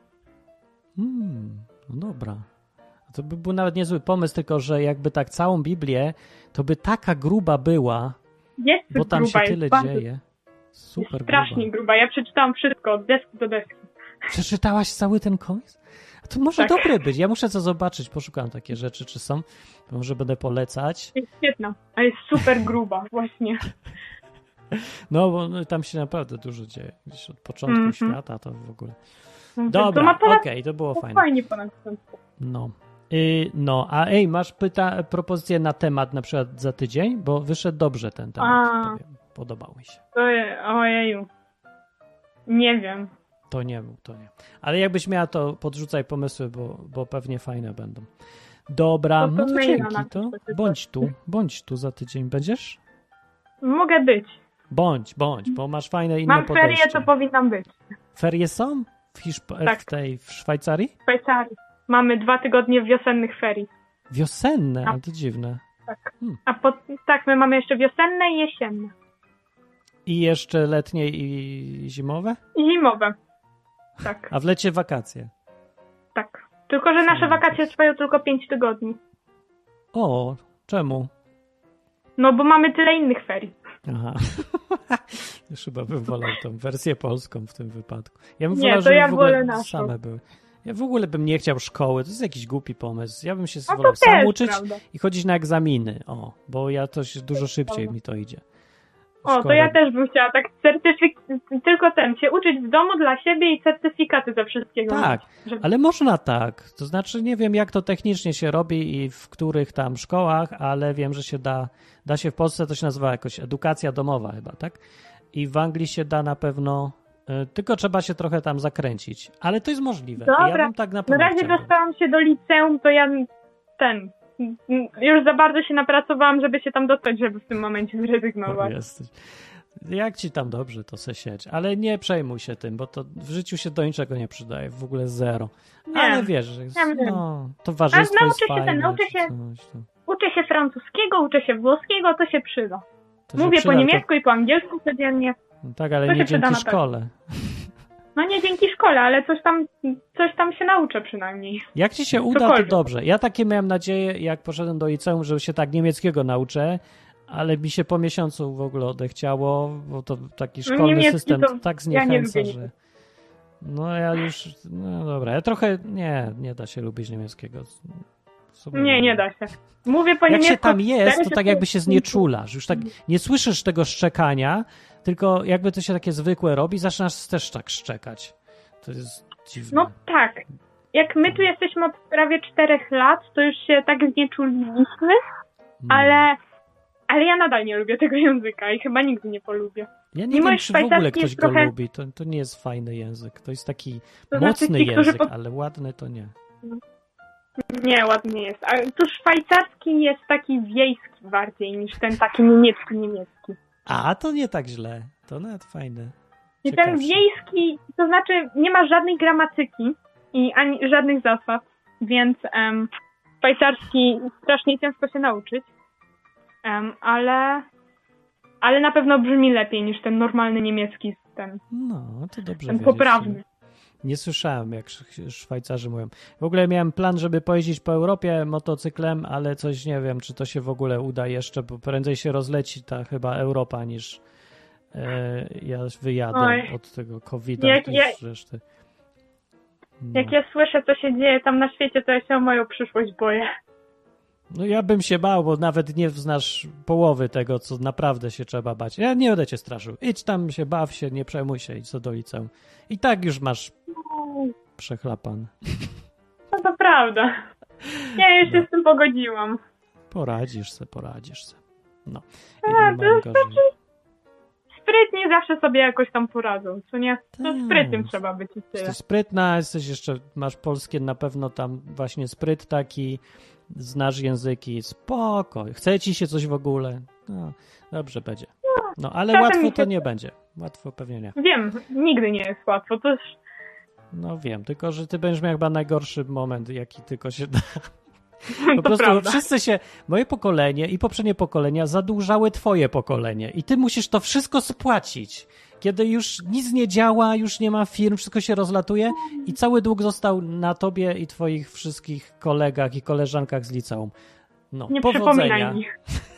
Speaker 1: No dobra. To by był nawet niezły pomysł, tylko że jakby tak całą Biblię, to by taka gruba była,
Speaker 6: Jest
Speaker 1: bo tam
Speaker 6: gruba,
Speaker 1: się tyle
Speaker 6: jest bardzo,
Speaker 1: dzieje. Super
Speaker 6: jest strasznie gruba. Ja przeczytałam wszystko, od deski do deski.
Speaker 1: Przeczytałaś cały ten komiks? A to może
Speaker 6: Tak.
Speaker 1: dobre być. Ja muszę to zobaczyć. Poszukam takie rzeczy, czy są. Może będę polecać.
Speaker 6: Jest świetna, a jest super gruba, właśnie.
Speaker 1: No, bo tam się naprawdę dużo dzieje. Gdzieś od początku świata to w ogóle.
Speaker 6: To
Speaker 1: Dobra,
Speaker 6: ma ponad,
Speaker 1: okej, to było fajne.
Speaker 6: fajnie ponad ten.
Speaker 1: No, a masz propozycję na temat na przykład za tydzień? Bo wyszedł dobrze ten temat. Powiem. Podobał mi się.
Speaker 6: Ojeju. Nie wiem.
Speaker 1: To nie. Ale jakbyś miała, to podrzucaj pomysły, bo pewnie fajne będą. Dobra,
Speaker 6: To
Speaker 1: no to
Speaker 6: maila
Speaker 1: dzięki. To bądź tu za tydzień. Będziesz?
Speaker 6: Mogę być.
Speaker 1: Bądź, bo masz fajne inne
Speaker 6: Mam
Speaker 1: podejście.
Speaker 6: ferie, to powinnam być.
Speaker 1: Ferie są?
Speaker 6: Tak.
Speaker 1: W Szwajcarii?
Speaker 6: W Szwajcarii. Mamy 2 tygodnie wiosennych ferii.
Speaker 1: Wiosenne, ale to dziwne.
Speaker 6: Tak. Tak, my mamy jeszcze wiosenne i jesienne.
Speaker 1: I jeszcze letnie i zimowe?
Speaker 6: I zimowe. Tak,
Speaker 1: A w lecie wakacje.
Speaker 6: tak. Tylko, że nasze wakacje trwają tylko 5 tygodni.
Speaker 1: O, czemu?
Speaker 6: No, bo mamy tyle innych ferii.
Speaker 1: Aha. Już chyba bym wolał tą wersję polską w tym wypadku. Ja bym
Speaker 6: Nie,
Speaker 1: wolał,
Speaker 6: to
Speaker 1: żeby
Speaker 6: ja
Speaker 1: w ogóle
Speaker 6: wolę naszą.
Speaker 1: same były. Ja w ogóle bym nie chciał szkoły, to jest jakiś głupi pomysł. Ja bym się
Speaker 6: No
Speaker 1: wolał
Speaker 6: to
Speaker 1: sam
Speaker 6: też,
Speaker 1: uczyć
Speaker 6: prawda.
Speaker 1: i chodzić na egzaminy. Bo ja to dużo szybciej mi to idzie.
Speaker 6: To ja też bym chciała tak tylko się uczyć w domu dla siebie i certyfikaty ze wszystkiego.
Speaker 1: Tak, ale można tak. To znaczy nie wiem, jak to technicznie się robi i w których tam szkołach, ale wiem, że się da się w Polsce, to się nazywa jakoś edukacja domowa chyba, tak? I w Anglii się da na pewno, tylko trzeba się trochę tam zakręcić. Ale to jest możliwe.
Speaker 6: Dobra,
Speaker 1: I ja bym tak na
Speaker 6: na
Speaker 1: pewno
Speaker 6: razie
Speaker 1: chciał.
Speaker 6: dostałam się do liceum, to ja już za bardzo się napracowałam, żeby się tam dostać, żeby w tym momencie zrezygnować.
Speaker 1: Jesteś. Jak ci tam dobrze, to se siedź. Ale nie przejmuj się tym, bo to w życiu się do niczego nie przydaje. W ogóle zero.
Speaker 6: Nie.
Speaker 1: Ale wiesz, że jest,
Speaker 6: Ja wiem.
Speaker 1: towarzystwo
Speaker 6: Ale
Speaker 1: jest
Speaker 6: nauczę się
Speaker 1: fajne.
Speaker 6: nauczę
Speaker 1: czy
Speaker 6: się-
Speaker 1: coś tam.
Speaker 6: Uczę się francuskiego, uczę się włoskiego, to się przyda.
Speaker 1: To się
Speaker 6: Mówię
Speaker 1: przyda,
Speaker 6: po niemiecku i po angielsku codziennie.
Speaker 1: No tak, ale
Speaker 6: to
Speaker 1: nie
Speaker 6: się przyda
Speaker 1: dzięki
Speaker 6: na pewno.
Speaker 1: szkole.
Speaker 6: No nie dzięki szkole, ale coś tam się nauczę przynajmniej.
Speaker 1: Jak ci się uda, to
Speaker 6: Cokolwiek.
Speaker 1: dobrze. Ja takie miałem nadzieję, jak poszedłem do liceum, że się tak niemieckiego nauczę, ale mi się po miesiącu w ogóle odechciało, bo to taki szkolny
Speaker 6: niemiecki
Speaker 1: system
Speaker 6: to
Speaker 1: tak
Speaker 6: ja nie
Speaker 1: zniechęca,
Speaker 6: lubię
Speaker 1: że... No ja już... No dobra, ja trochę... Nie da się lubić niemieckiego.
Speaker 6: Nie da się. Mówię po
Speaker 1: Jak
Speaker 6: niemiecku.
Speaker 1: się tam jest,
Speaker 6: staram
Speaker 1: to tak jakby się znieczulasz. Już tak nie słyszysz tego szczekania, tylko jakby to się takie zwykłe robi, zaczynasz też tak szczekać. To jest dziwne.
Speaker 6: No tak. Jak my tu jesteśmy od prawie 4 lat, to już się tak znieczuliliśmy, ale ja nadal nie lubię tego języka i chyba nigdy nie polubię.
Speaker 1: Ja nie
Speaker 6: mimo
Speaker 1: wiem,
Speaker 6: że
Speaker 1: czy w ogóle
Speaker 6: szwajcarski
Speaker 1: ktoś
Speaker 6: jest
Speaker 1: go
Speaker 6: trochę-
Speaker 1: lubi. To nie jest fajny język. To jest taki
Speaker 6: To znaczy
Speaker 1: mocny
Speaker 6: ci, którzy
Speaker 1: język, ale ładny to nie.
Speaker 6: Nie, ładnie jest. A tu szwajcarski jest taki wiejski bardziej niż ten taki niemiecki.
Speaker 1: A, to nie tak źle. To nawet fajne.
Speaker 6: I ten
Speaker 1: Ciekawsze.
Speaker 6: wiejski, to znaczy nie ma żadnej gramatyki i ani żadnych zasad, więc szwajcarski strasznie ciężko się nauczyć, ale na pewno brzmi lepiej niż ten normalny niemiecki, ten
Speaker 1: To dobrze wiedzieć.
Speaker 6: poprawny.
Speaker 1: Nie słyszałem, jak Szwajcarzy mówią. W ogóle miałem plan, żeby pojeździć po Europie motocyklem, ale coś nie wiem, czy to się w ogóle uda jeszcze, bo prędzej się rozleci ta chyba Europa, niż ja wyjadę
Speaker 6: Oj.
Speaker 1: od tego COVID-a niż reszty.
Speaker 6: Jak ja słyszę, co się dzieje tam na świecie, to ja się o moją przyszłość boję.
Speaker 1: No ja bym się bał, bo nawet nie znasz połowy tego, co naprawdę się trzeba bać. Ja nie będę cię straszył. Idź tam się, baw się, nie przejmuj się, idź do liceum. I tak już masz przechlapan.
Speaker 6: No to prawda. Ja już się z tym pogodziłam.
Speaker 1: Poradzisz se. No.
Speaker 6: A,
Speaker 1: I
Speaker 6: to
Speaker 1: nie mam gorzej.
Speaker 6: Sprytni zawsze sobie jakoś tam poradzą, co nie? To
Speaker 1: Tak.
Speaker 6: sprytnym trzeba być i tyle.
Speaker 1: Jesteś sprytna, jesteś jeszcze, masz polskie na pewno tam właśnie spryt taki, znasz języki, spoko, chce ci się coś w ogóle, no, dobrze będzie. No, ale
Speaker 6: czasem
Speaker 1: łatwo
Speaker 6: mi
Speaker 1: to
Speaker 6: się-
Speaker 1: nie będzie, łatwo pewnie nie.
Speaker 6: Wiem, nigdy nie jest łatwo. To już...
Speaker 1: No wiem, tylko że ty będziesz miał chyba najgorszy moment, jaki tylko się da. Po prostu
Speaker 6: prawda.
Speaker 1: wszyscy się, moje pokolenie i poprzednie pokolenia zadłużały twoje pokolenie i ty musisz to wszystko spłacić. Kiedy już nic nie działa, już nie ma firm, wszystko się rozlatuje i cały dług został na tobie i twoich wszystkich kolegach i koleżankach z liceum. No,
Speaker 6: Nie
Speaker 1: powodzenia.
Speaker 6: przypominaj mi.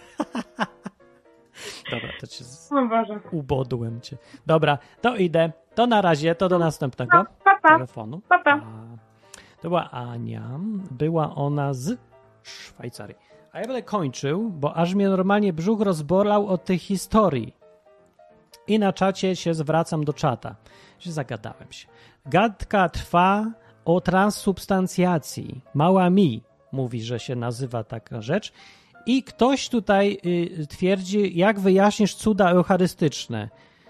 Speaker 1: Dobra, to cię
Speaker 6: O Boże.
Speaker 1: ubodłem cię. Dobra, to idę. To na razie, to do następnego
Speaker 6: No, pa, pa.
Speaker 1: telefonu.
Speaker 6: Pa, pa.
Speaker 1: To była Ania. Była ona z Szwajcarii. A ja będę kończył, bo aż mnie normalnie brzuch rozbolał od tych historii. I na czacie się zwracam do czata. Zagadałem się. Gadka trwa o transsubstancjacji. Mała mi mówi, że się nazywa taka rzecz. I ktoś tutaj twierdzi, jak wyjaśnisz cuda eucharystyczne.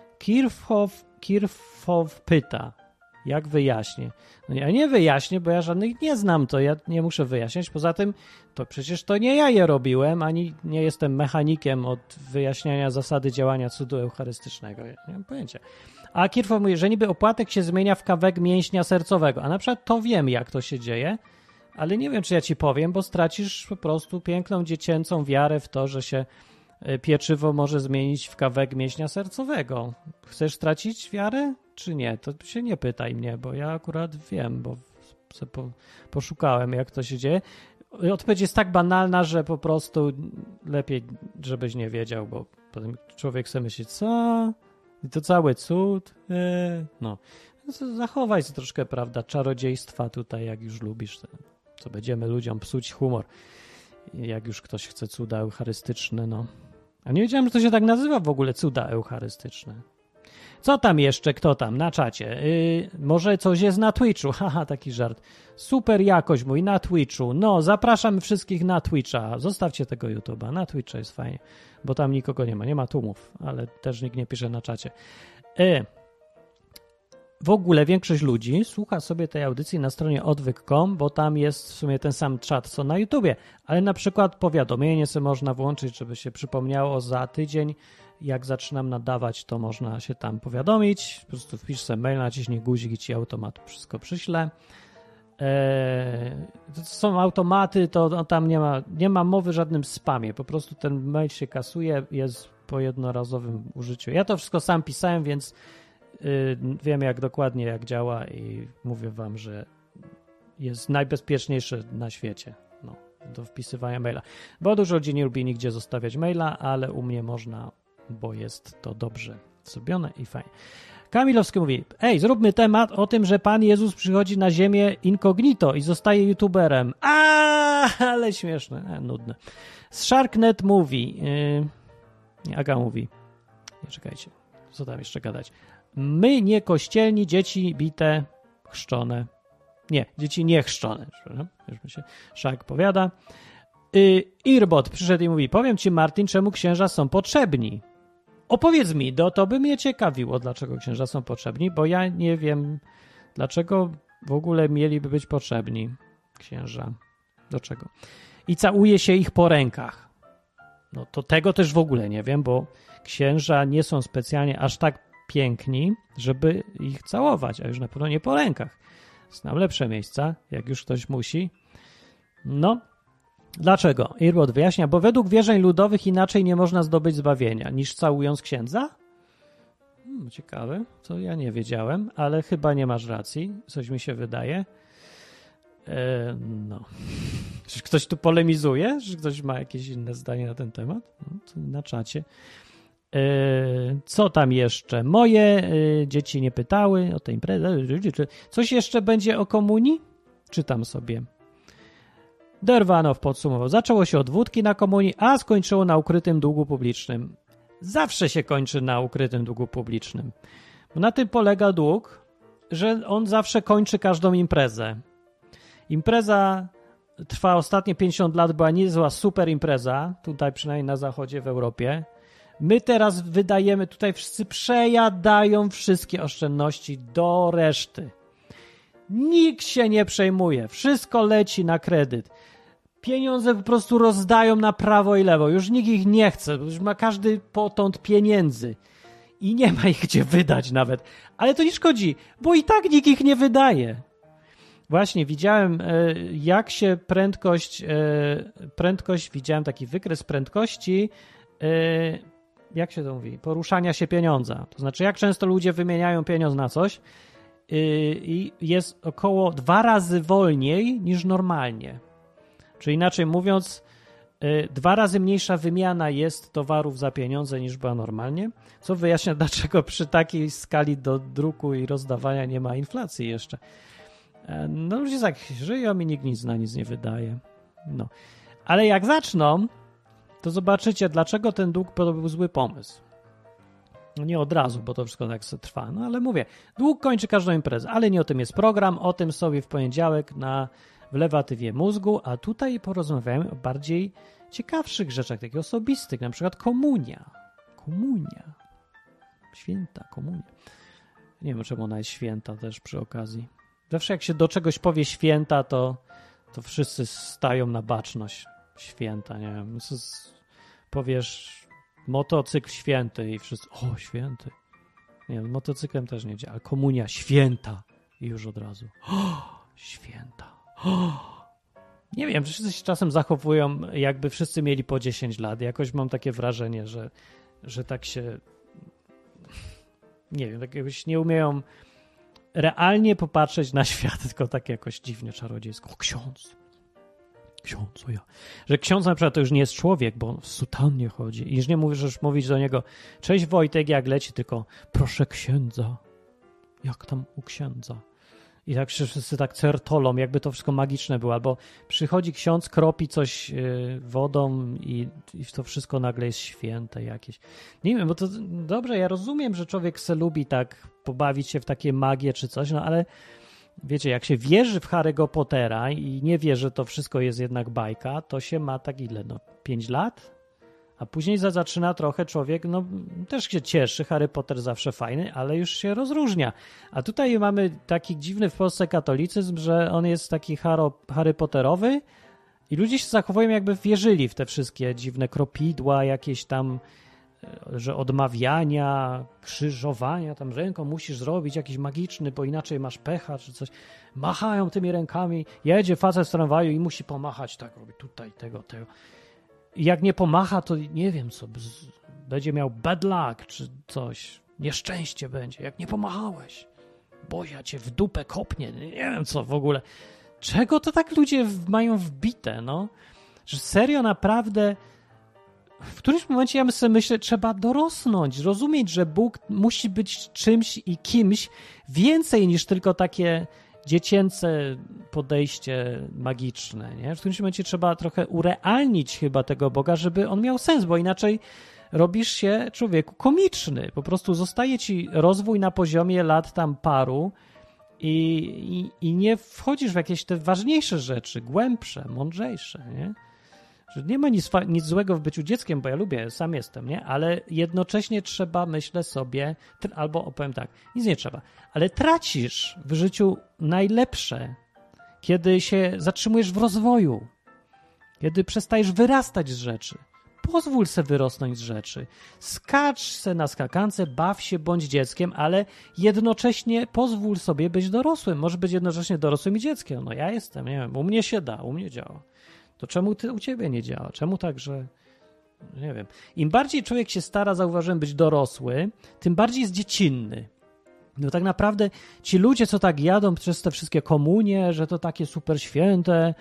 Speaker 1: Kirchhoff pyta, jak wyjaśnię. No ja nie wyjaśnię, bo ja żadnych nie znam, to ja nie muszę wyjaśniać. Poza tym, to przecież to nie ja je robiłem, ani nie jestem mechanikiem od wyjaśniania zasady działania cudu eucharystycznego. Ja nie mam pojęcia. A Kirchhoff mówi, że niby opłatek się zmienia w kawałek mięśnia sercowego. A na przykład to wiem, jak to się dzieje, ale nie wiem, czy ja ci powiem, bo stracisz po prostu piękną dziecięcą wiarę w to, że się pieczywo może zmienić w kawałek mięśnia sercowego. Chcesz stracić wiarę, czy nie? To się nie pytaj mnie, bo ja akurat wiem, bo poszukałem, jak to się dzieje. Odpowiedź jest tak banalna, że po prostu lepiej, żebyś nie wiedział, bo potem człowiek sobie myśli, co? I to cały cud? No. Zachowaj sobie troszkę, prawda, czarodziejstwa tutaj, jak już lubisz, co będziemy ludziom psuć humor. Jak już ktoś chce cuda eucharystyczne, no. A nie wiedziałem, że to się tak nazywa w ogóle, cuda eucharystyczne. Co tam jeszcze? Kto tam? Na czacie. Może coś jest na Twitchu? Haha, taki żart. Super jakość mój na Twitchu. No, zapraszam wszystkich na Twitcha. Zostawcie tego YouTube'a. Na Twitcha jest fajnie, bo tam nikogo nie ma. Nie ma tłumów, ale też nikt nie pisze na czacie. W ogóle większość ludzi słucha sobie tej audycji na stronie odwyk.com, bo tam jest w sumie ten sam czat, co na YouTubie, ale na przykład powiadomienie sobie można włączyć, żeby się przypomniało za tydzień. Jak zaczynam nadawać, to można się tam powiadomić. Po prostu wpisz sobie mail, naciśnij guzik i ci automat wszystko przyśle. To są automaty, to tam nie ma mowy w żadnym spamie. Po prostu ten mail się kasuje, jest po jednorazowym użyciu. Ja to wszystko sam pisałem, więc wiem dokładnie jak działa i mówię wam, że jest najbezpieczniejsze na świecie do wpisywania maila. Bo dużo ludzi nie lubi nigdzie zostawiać maila, ale u mnie można, bo jest to dobrze zrobione i fajnie. Kamilowski mówi, zróbmy temat o tym, że Pan Jezus przychodzi na ziemię incognito i zostaje youtuberem. Ale śmieszne, nudne. Sharknet mówi, Aga mówi, nie czekajcie, co tam jeszcze gadać. My nie kościelni, dzieci bite, chrzczone. Nie, dzieci nie chrzczone. Już mi się Szak powiada. Irbot przyszedł i mówi, powiem ci Martin, czemu księża są potrzebni. Opowiedz mi, to by mnie ciekawiło, dlaczego księża są potrzebni, bo ja nie wiem, dlaczego w ogóle mieliby być potrzebni księża. Do czego? I całuje się ich po rękach. No to tego też w ogóle nie wiem, bo księża nie są specjalnie aż tak piękni, żeby ich całować, a już na pewno nie po rękach. Znam lepsze miejsca, jak już ktoś musi. No, dlaczego? Irbot wyjaśnia, bo według wierzeń ludowych inaczej nie można zdobyć zbawienia, niż całując księdza? Ciekawe, co ja nie wiedziałem, ale chyba nie masz racji, coś mi się wydaje. No. Czy ktoś tu polemizuje? Czy ktoś ma jakieś inne zdanie na ten temat? No, na czacie. Co tam jeszcze? Moje dzieci nie pytały o tę imprezę. Coś jeszcze będzie o komunii? Czytam sobie. Derwanow podsumował. Zaczęło się od wódki na komunii, a skończyło na ukrytym długu publicznym. Zawsze się kończy na ukrytym długu publicznym. Bo na tym polega dług, że on zawsze kończy każdą imprezę. Impreza trwa ostatnie 50 lat, była niezła super impreza, tutaj przynajmniej na zachodzie w Europie. My teraz wydajemy, tutaj wszyscy przejadają wszystkie oszczędności do reszty. Nikt się nie przejmuje, wszystko leci na kredyt. Pieniądze po prostu rozdają na prawo i lewo, już nikt ich nie chce, już ma każdy potąd pieniędzy i nie ma ich gdzie wydać nawet. Ale to nie szkodzi, bo i tak nikt ich nie wydaje. Właśnie, widziałem jak się prędkość, widziałem taki wykres prędkości, jak się to mówi, poruszania się pieniądza. To znaczy, jak często ludzie wymieniają pieniądz na coś i jest około 2 razy wolniej niż normalnie. Czyli inaczej mówiąc, 2 razy mniejsza wymiana jest towarów za pieniądze niż była normalnie, co wyjaśnia, dlaczego przy takiej skali do druku i rozdawania nie ma inflacji jeszcze. No ludzie tak żyją i nikt nic na nic nie wydaje. No. Ale jak zaczną, to zobaczycie, dlaczego ten dług to był zły pomysł. No nie od razu, bo to wszystko tak sobie trwa. No ale mówię, dług kończy każdą imprezę, ale nie o tym jest program, o tym sobie w poniedziałek w lewatywie mózgu, a tutaj porozmawiamy o bardziej ciekawszych rzeczach, takich osobistych, na przykład komunia. Święta, komunia. Nie wiem, czemu ona jest święta też przy okazji. Zawsze jak się do czegoś powie święta, to wszyscy stają na baczność. Święta, nie wiem. Powiesz motocykl święty i wszyscy, o, święty. Nie wiem, motocyklem też nie działa, ale komunia święta i już od razu. Święta. Nie wiem, wszyscy się czasem zachowują, jakby wszyscy mieli po 10 lat. Jakoś mam takie wrażenie, że tak się, nie wiem, tak jakoś nie umieją realnie popatrzeć na świat, tylko tak jakoś dziwnie czarodziejsko. O, ksiądz, o ja. Że ksiądz na przykład to już nie jest człowiek, bo on w sutannie chodzi. I już nie możesz mówić do niego, cześć Wojtek, jak leci, tylko proszę księdza. Jak tam u księdza? I tak wszyscy tak certolą, jakby to wszystko magiczne było. Albo przychodzi ksiądz, kropi coś wodą i to wszystko nagle jest święte jakieś. Nie wiem, bo to dobrze, ja rozumiem, że człowiek se lubi tak pobawić się w takie magie czy coś, no ale wiecie, jak się wierzy w Harry'ego Pottera i nie wie, że to wszystko jest jednak bajka, to się ma tak ile, 5 lat? A później zaczyna trochę człowiek, też się cieszy, Harry Potter zawsze fajny, ale już się rozróżnia. A tutaj mamy taki dziwny w Polsce katolicyzm, że on jest taki Harry Potterowy i ludzie się zachowują, jakby wierzyli w te wszystkie dziwne kropidła, jakieś tam, że odmawiania, krzyżowania, tam ręką musisz zrobić jakiś magiczny, bo inaczej masz pecha czy coś. Machają tymi rękami, jedzie facet w tramwaju i musi pomachać, tak robi tutaj, tego. Jak nie pomacha, to nie wiem co, będzie miał bad luck czy coś, nieszczęście będzie, jak nie pomachałeś, Bozia cię w dupę kopnie, nie wiem co w ogóle. Czego to tak ludzie mają wbite, Że serio naprawdę w którymś momencie ja sobie myślę, trzeba dorosnąć, rozumieć, że Bóg musi być czymś i kimś więcej niż tylko takie dziecięce podejście magiczne, nie? W którymś momencie trzeba trochę urealnić chyba tego Boga, żeby on miał sens, bo inaczej robisz się człowieku komiczny. Po prostu zostaje ci rozwój na poziomie lat tam paru i nie wchodzisz w jakieś te ważniejsze rzeczy, głębsze, mądrzejsze, nie? Że nie ma nic złego w byciu dzieckiem, bo ja lubię, sam jestem, nie? Ale jednocześnie trzeba, myślę sobie, albo opowiem tak, nic nie trzeba, ale tracisz w życiu najlepsze, kiedy się zatrzymujesz w rozwoju, kiedy przestajesz wyrastać z rzeczy. Pozwól se wyrosnąć z rzeczy. Skacz se na skakance, baw się, bądź dzieckiem, ale jednocześnie pozwól sobie być dorosłym. Może być jednocześnie dorosłym i dzieckiem. Ja jestem, nie wiem, u mnie się da, u mnie działa. To czemu u ciebie nie działa? Czemu tak, że... Nie wiem. Im bardziej człowiek się stara, zauważyłem, być dorosły, tym bardziej jest dziecinny. No tak naprawdę ci ludzie, co tak jadą przez te wszystkie komunie, że to takie super święte,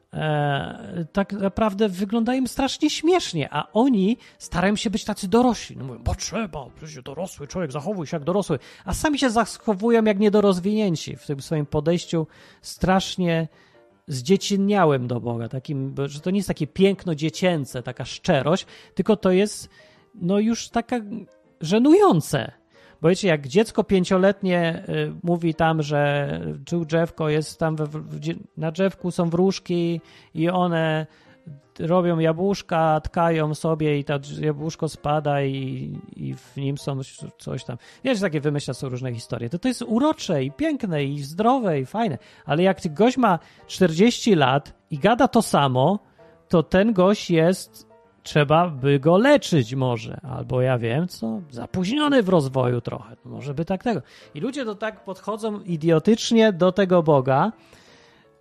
Speaker 1: tak naprawdę wyglądają strasznie śmiesznie, a oni starają się być tacy dorośli. Mówią, bo trzeba, przecież dorosły człowiek, zachowuj się jak dorosły, a sami się zachowują jak niedorozwinięci w tym swoim podejściu strasznie zdziecinniałem do Boga, takim, że to nie jest takie piękno dziecięce, taka szczerość, tylko to jest już taka żenujące. Bo wiecie, jak dziecko 5-letnie mówi tam, że tu drzewko jest tam, na drzewku są wróżki i one robią jabłuszka, tkają sobie i to jabłuszko spada i w nim są coś tam. Wiesz, takie wymyśla są różne historie. To jest urocze i piękne i zdrowe i fajne. Ale jak gość ma 40 lat i gada to samo, to ten gość jest... Trzeba by go leczyć może, albo ja wiem co, zapóźniony w rozwoju trochę, może by tak tego. I ludzie to tak podchodzą idiotycznie do tego Boga,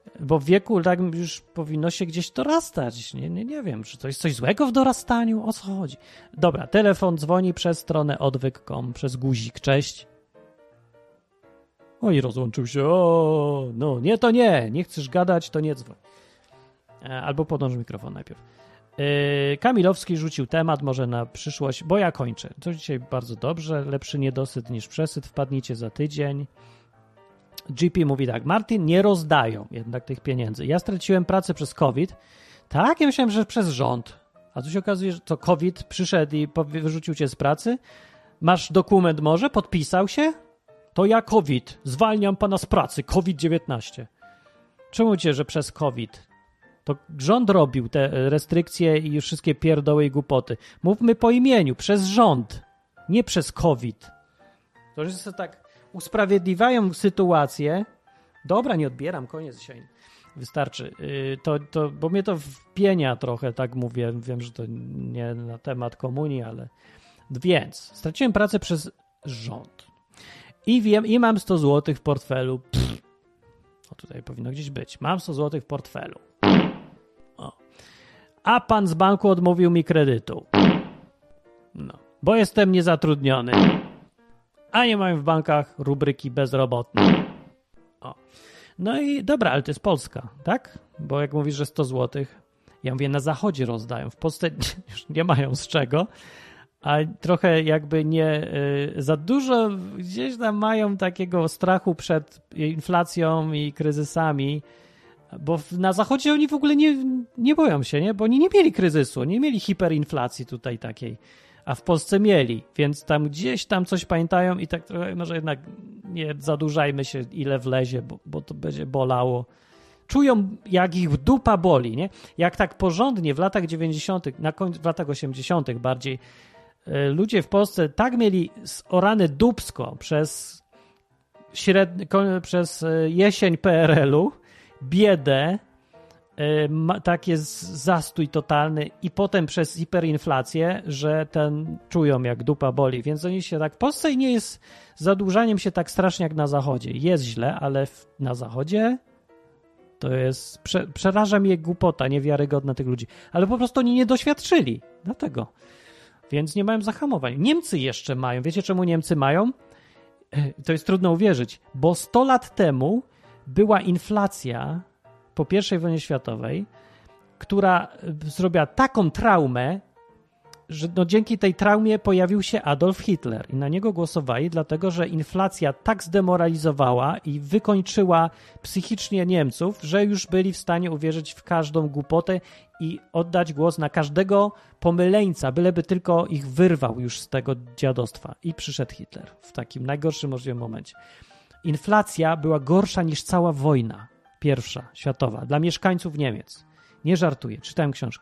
Speaker 1: Bo w wieku tak już powinno się gdzieś dorastać. Nie wiem, czy to jest coś złego w dorastaniu? O co chodzi? Dobra, telefon dzwoni przez stronę odwyk.com, przez guzik. Cześć. Oj, rozłączył się. O, no nie, to nie. Nie chcesz gadać, to nie dzwoń. Albo podłącz mikrofon najpierw. Kamilowski rzucił temat może na przyszłość, bo ja kończę. To dzisiaj bardzo dobrze. Lepszy niedosyt niż przesyt. Wpadnijcie za tydzień. GP mówi tak, Martin, nie rozdają jednak tych pieniędzy. Ja straciłem pracę przez COVID. Tak, ja myślałem, że przez rząd. A tu się okazuje, że to COVID przyszedł i wyrzucił cię z pracy. Masz dokument może? Podpisał się? To ja COVID. Zwalniam pana z pracy. COVID-19. Czemu cię, że przez COVID? To rząd robił te restrykcje i wszystkie pierdoły i głupoty. Mówmy po imieniu. Przez rząd. Nie przez COVID. To już jest tak... Usprawiedliwiają sytuację. Dobra, nie odbieram, koniec dzisiaj. Wystarczy. Bo mnie to wpienia trochę, tak mówię. Wiem, że to nie na temat komunii, ale... Więc straciłem pracę przez rząd. I mam 100 zł w portfelu. O, tutaj powinno gdzieś być. Mam 100 zł w portfelu. O. A pan z banku odmówił mi kredytu. No, bo jestem niezatrudniony. A nie mają w bankach rubryki bezrobotny. O. No i dobra, ale to jest Polska, tak? Bo jak mówisz, że 100 zł, ja mówię, na zachodzie rozdają. W Polsce już nie mają z czego, a trochę jakby nie za dużo gdzieś tam mają takiego strachu przed inflacją i kryzysami, bo na zachodzie oni w ogóle nie boją się, nie? Bo oni nie mieli kryzysu, nie mieli hiperinflacji tutaj takiej. A w Polsce mieli, więc tam gdzieś tam coś pamiętają i tak trochę może jednak nie zadłużajmy się ile wlezie, bo to będzie bolało. Czują jak ich dupa boli, nie? Jak tak porządnie w latach 90., w latach 80. bardziej ludzie w Polsce tak mieli orane dupsko przez jesień PRL-u, biedę, taki jest zastój totalny i potem przez hiperinflację, że czują jak dupa boli, więc oni się tak, w Polsce nie jest zadłużaniem się tak strasznie jak na zachodzie. Jest źle, ale na zachodzie to jest, przeraża mnie głupota niewiarygodna tych ludzi, ale po prostu oni nie doświadczyli, dlatego, więc nie mają zahamowań. Niemcy jeszcze mają, wiecie czemu Niemcy mają? To jest trudno uwierzyć, bo 100 lat temu była inflacja po I wojnie światowej, która zrobiła taką traumę, że dzięki tej traumie pojawił się Adolf Hitler i na niego głosowali, dlatego że inflacja tak zdemoralizowała i wykończyła psychicznie Niemców, że już byli w stanie uwierzyć w każdą głupotę i oddać głos na każdego pomyleńca, byleby tylko ich wyrwał już z tego dziadostwa. I przyszedł Hitler w takim najgorszym możliwym momencie. Inflacja była gorsza niż cała wojna. Pierwsza światowa, dla mieszkańców Niemiec. Nie żartuję, czytałem książki.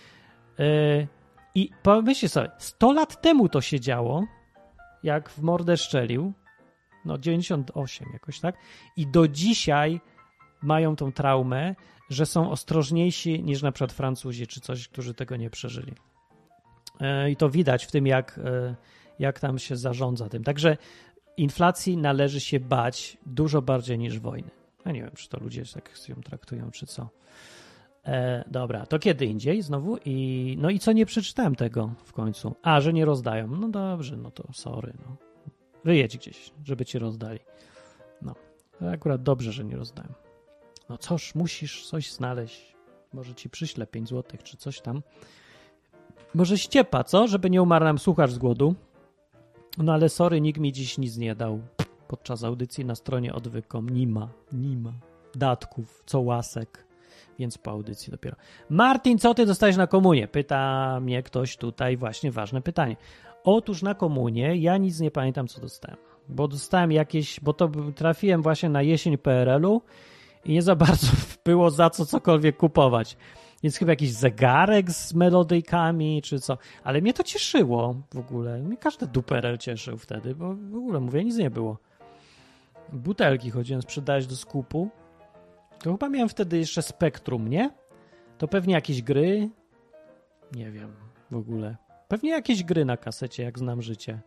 Speaker 1: I pomyślcie sobie, 100 lat temu to się działo, jak w mordę szczelił, 98 jakoś tak, i do dzisiaj mają tą traumę, że są ostrożniejsi niż na przykład Francuzi czy coś, którzy tego nie przeżyli. I to widać w tym, jak tam się zarządza tym. Także inflacji należy się bać dużo bardziej niż wojny. Ja nie wiem, czy to ludzie tak ją traktują, czy co. Dobra, to kiedy indziej znowu. I co, nie przeczytałem tego w końcu. A, że nie rozdają. No dobrze, no to sorry. No. Wyjedź gdzieś, żeby ci rozdali. No, to akurat dobrze, że nie rozdają. No coż, musisz coś znaleźć. Może ci przyślę 5 zł, czy coś tam. Może ściepa, co? Żeby nie umarł nam słuchacz z głodu. No ale sorry, nikt mi dziś nic nie dał. Podczas audycji na stronie odwyk.com nie ma datków, co łasek, więc po audycji dopiero. Martin, co ty dostajesz na komunię? Pyta mnie ktoś tutaj, właśnie ważne pytanie. Otóż na komunię ja nic nie pamiętam, co dostałem, bo dostałem bo to trafiłem właśnie na jesień PRL-u i nie za bardzo było za co cokolwiek kupować. Więc chyba jakiś zegarek z melodyjkami, czy co. Ale mnie to cieszyło w ogóle. Mnie każdy duperel cieszył wtedy, bo w ogóle, mówię, nic nie było. Butelki chodziłem sprzedać do skupu. To chyba miałem wtedy jeszcze Spektrum, nie? To pewnie jakieś gry. Nie wiem w ogóle. Pewnie jakieś gry na kasecie, jak znam życie.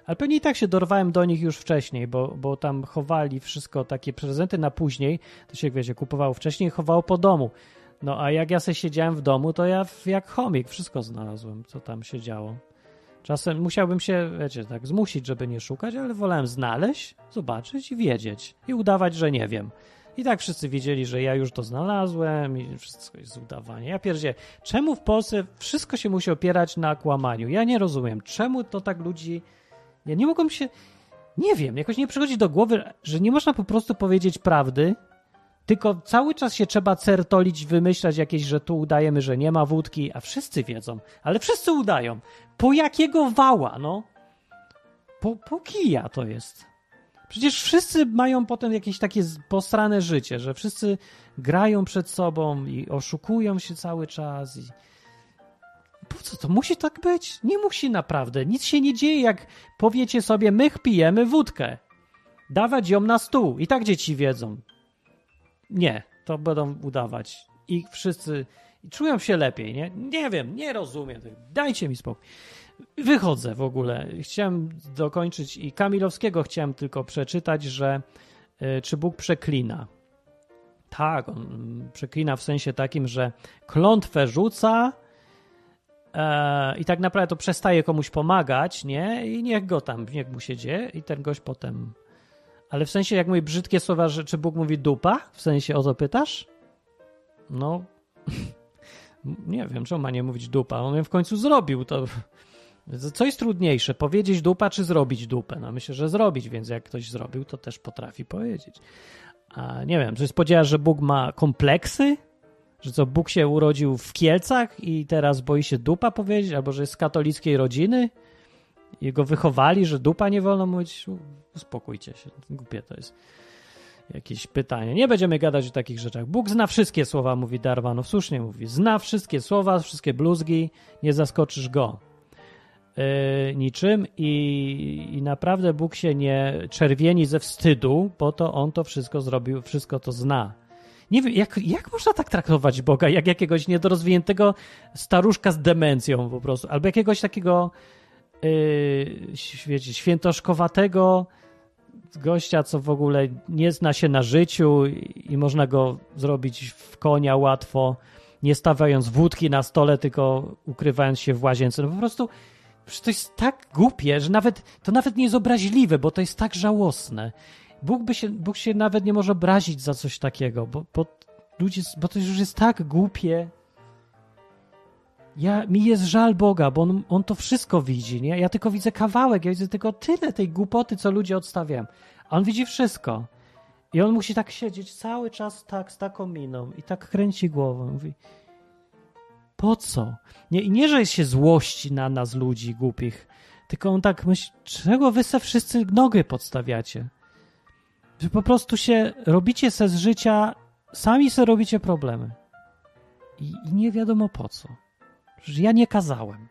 Speaker 1: Ale pewnie i tak się dorwałem do nich już wcześniej, bo tam chowali wszystko, takie prezenty na później, to się, wiecie, kupowało wcześniej i chowało po domu. No a jak ja sobie siedziałem w domu, to ja jak chomik wszystko znalazłem, co tam się działo. Czasem musiałbym się, wiecie, tak zmusić, żeby nie szukać, ale wolałem znaleźć, zobaczyć i wiedzieć. I udawać, że nie wiem. I tak wszyscy wiedzieli, że ja już to znalazłem i wszystko jest udawanie. Ja pierdzie, czemu w Polsce wszystko się musi opierać na kłamaniu? Ja nie rozumiem, czemu to tak ludzi... Ja nie mogłem się... Nie wiem, jakoś nie przychodzi do głowy, że nie można po prostu powiedzieć prawdy, tylko cały czas się trzeba certolić, wymyślać jakieś, że tu udajemy, że nie ma wódki, a wszyscy wiedzą, ale wszyscy udają. Po jakiego wała, no? Po kija to jest. Przecież wszyscy mają potem jakieś takie posrane życie, że wszyscy grają przed sobą i oszukują się cały czas. I... Po co to? Musi tak być? Nie musi naprawdę. Nic się nie dzieje, jak powiecie sobie, my pijemy wódkę. Dawać ją na stół. I tak dzieci wiedzą. Nie, to będą udawać. I wszyscy czują się lepiej, nie? Nie wiem, nie rozumiem. Dajcie mi spokój. Wychodzę w ogóle. Chciałem dokończyć i Kamilowskiego chciałem tylko przeczytać, że czy Bóg przeklina. Tak, on przeklina w sensie takim, że klątwę rzuca i tak naprawdę to przestaje komuś pomagać, nie? I niech mu się dzieje i ten gość potem... Ale w sensie, jak mówi brzydkie słowa, że czy Bóg mówi dupa? W sensie o to pytasz? No, nie wiem, czemu ma nie mówić dupa. On ją w końcu zrobił. To co jest trudniejsze, powiedzieć dupa czy zrobić dupę? No myślę, że zrobić, więc jak ktoś zrobił, to też potrafi powiedzieć. A nie wiem, czy spodziewasz, że Bóg ma kompleksy? Że co, Bóg się urodził w Kielcach i teraz boi się dupa powiedzieć? Albo że jest z katolickiej rodziny? I go wychowali, że dupa nie wolno mówić? Uspokójcie się, głupie to jest jakieś pytanie. Nie będziemy gadać o takich rzeczach. Bóg zna wszystkie słowa, mówi Darwanow, słusznie mówi. Zna wszystkie słowa, wszystkie bluzgi, nie zaskoczysz go niczym i naprawdę Bóg się nie czerwieni ze wstydu, bo to on to wszystko zrobił, wszystko to zna. Nie wiem, jak można tak traktować Boga, jak jakiegoś niedorozwiniętego staruszka z demencją po prostu, albo jakiegoś takiego wiecie, świętoszkowatego gościa, co w ogóle nie zna się na życiu i można go zrobić w konia łatwo, nie stawiając wódki na stole, tylko ukrywając się w łazience. No po prostu to jest tak głupie, że to nawet nie jest obraźliwe, bo to jest tak żałosne. Bóg się nawet nie może obrazić za coś takiego, bo to już jest tak głupie. Mi jest żal Boga, bo on to wszystko widzi, nie? Ja tylko widzę kawałek, ja widzę tylko tyle tej głupoty, co ludzie odstawiają. A on widzi wszystko. I on musi tak siedzieć cały czas tak, z taką miną i tak kręci głową. Mówi, po co? Nie, że się złości na nas ludzi głupich, tylko on tak myśli, czego wy se wszyscy nogę podstawiacie? Że po prostu robicie se z życia, sami se robicie problemy. I nie wiadomo po co. Że ja nie kazałem.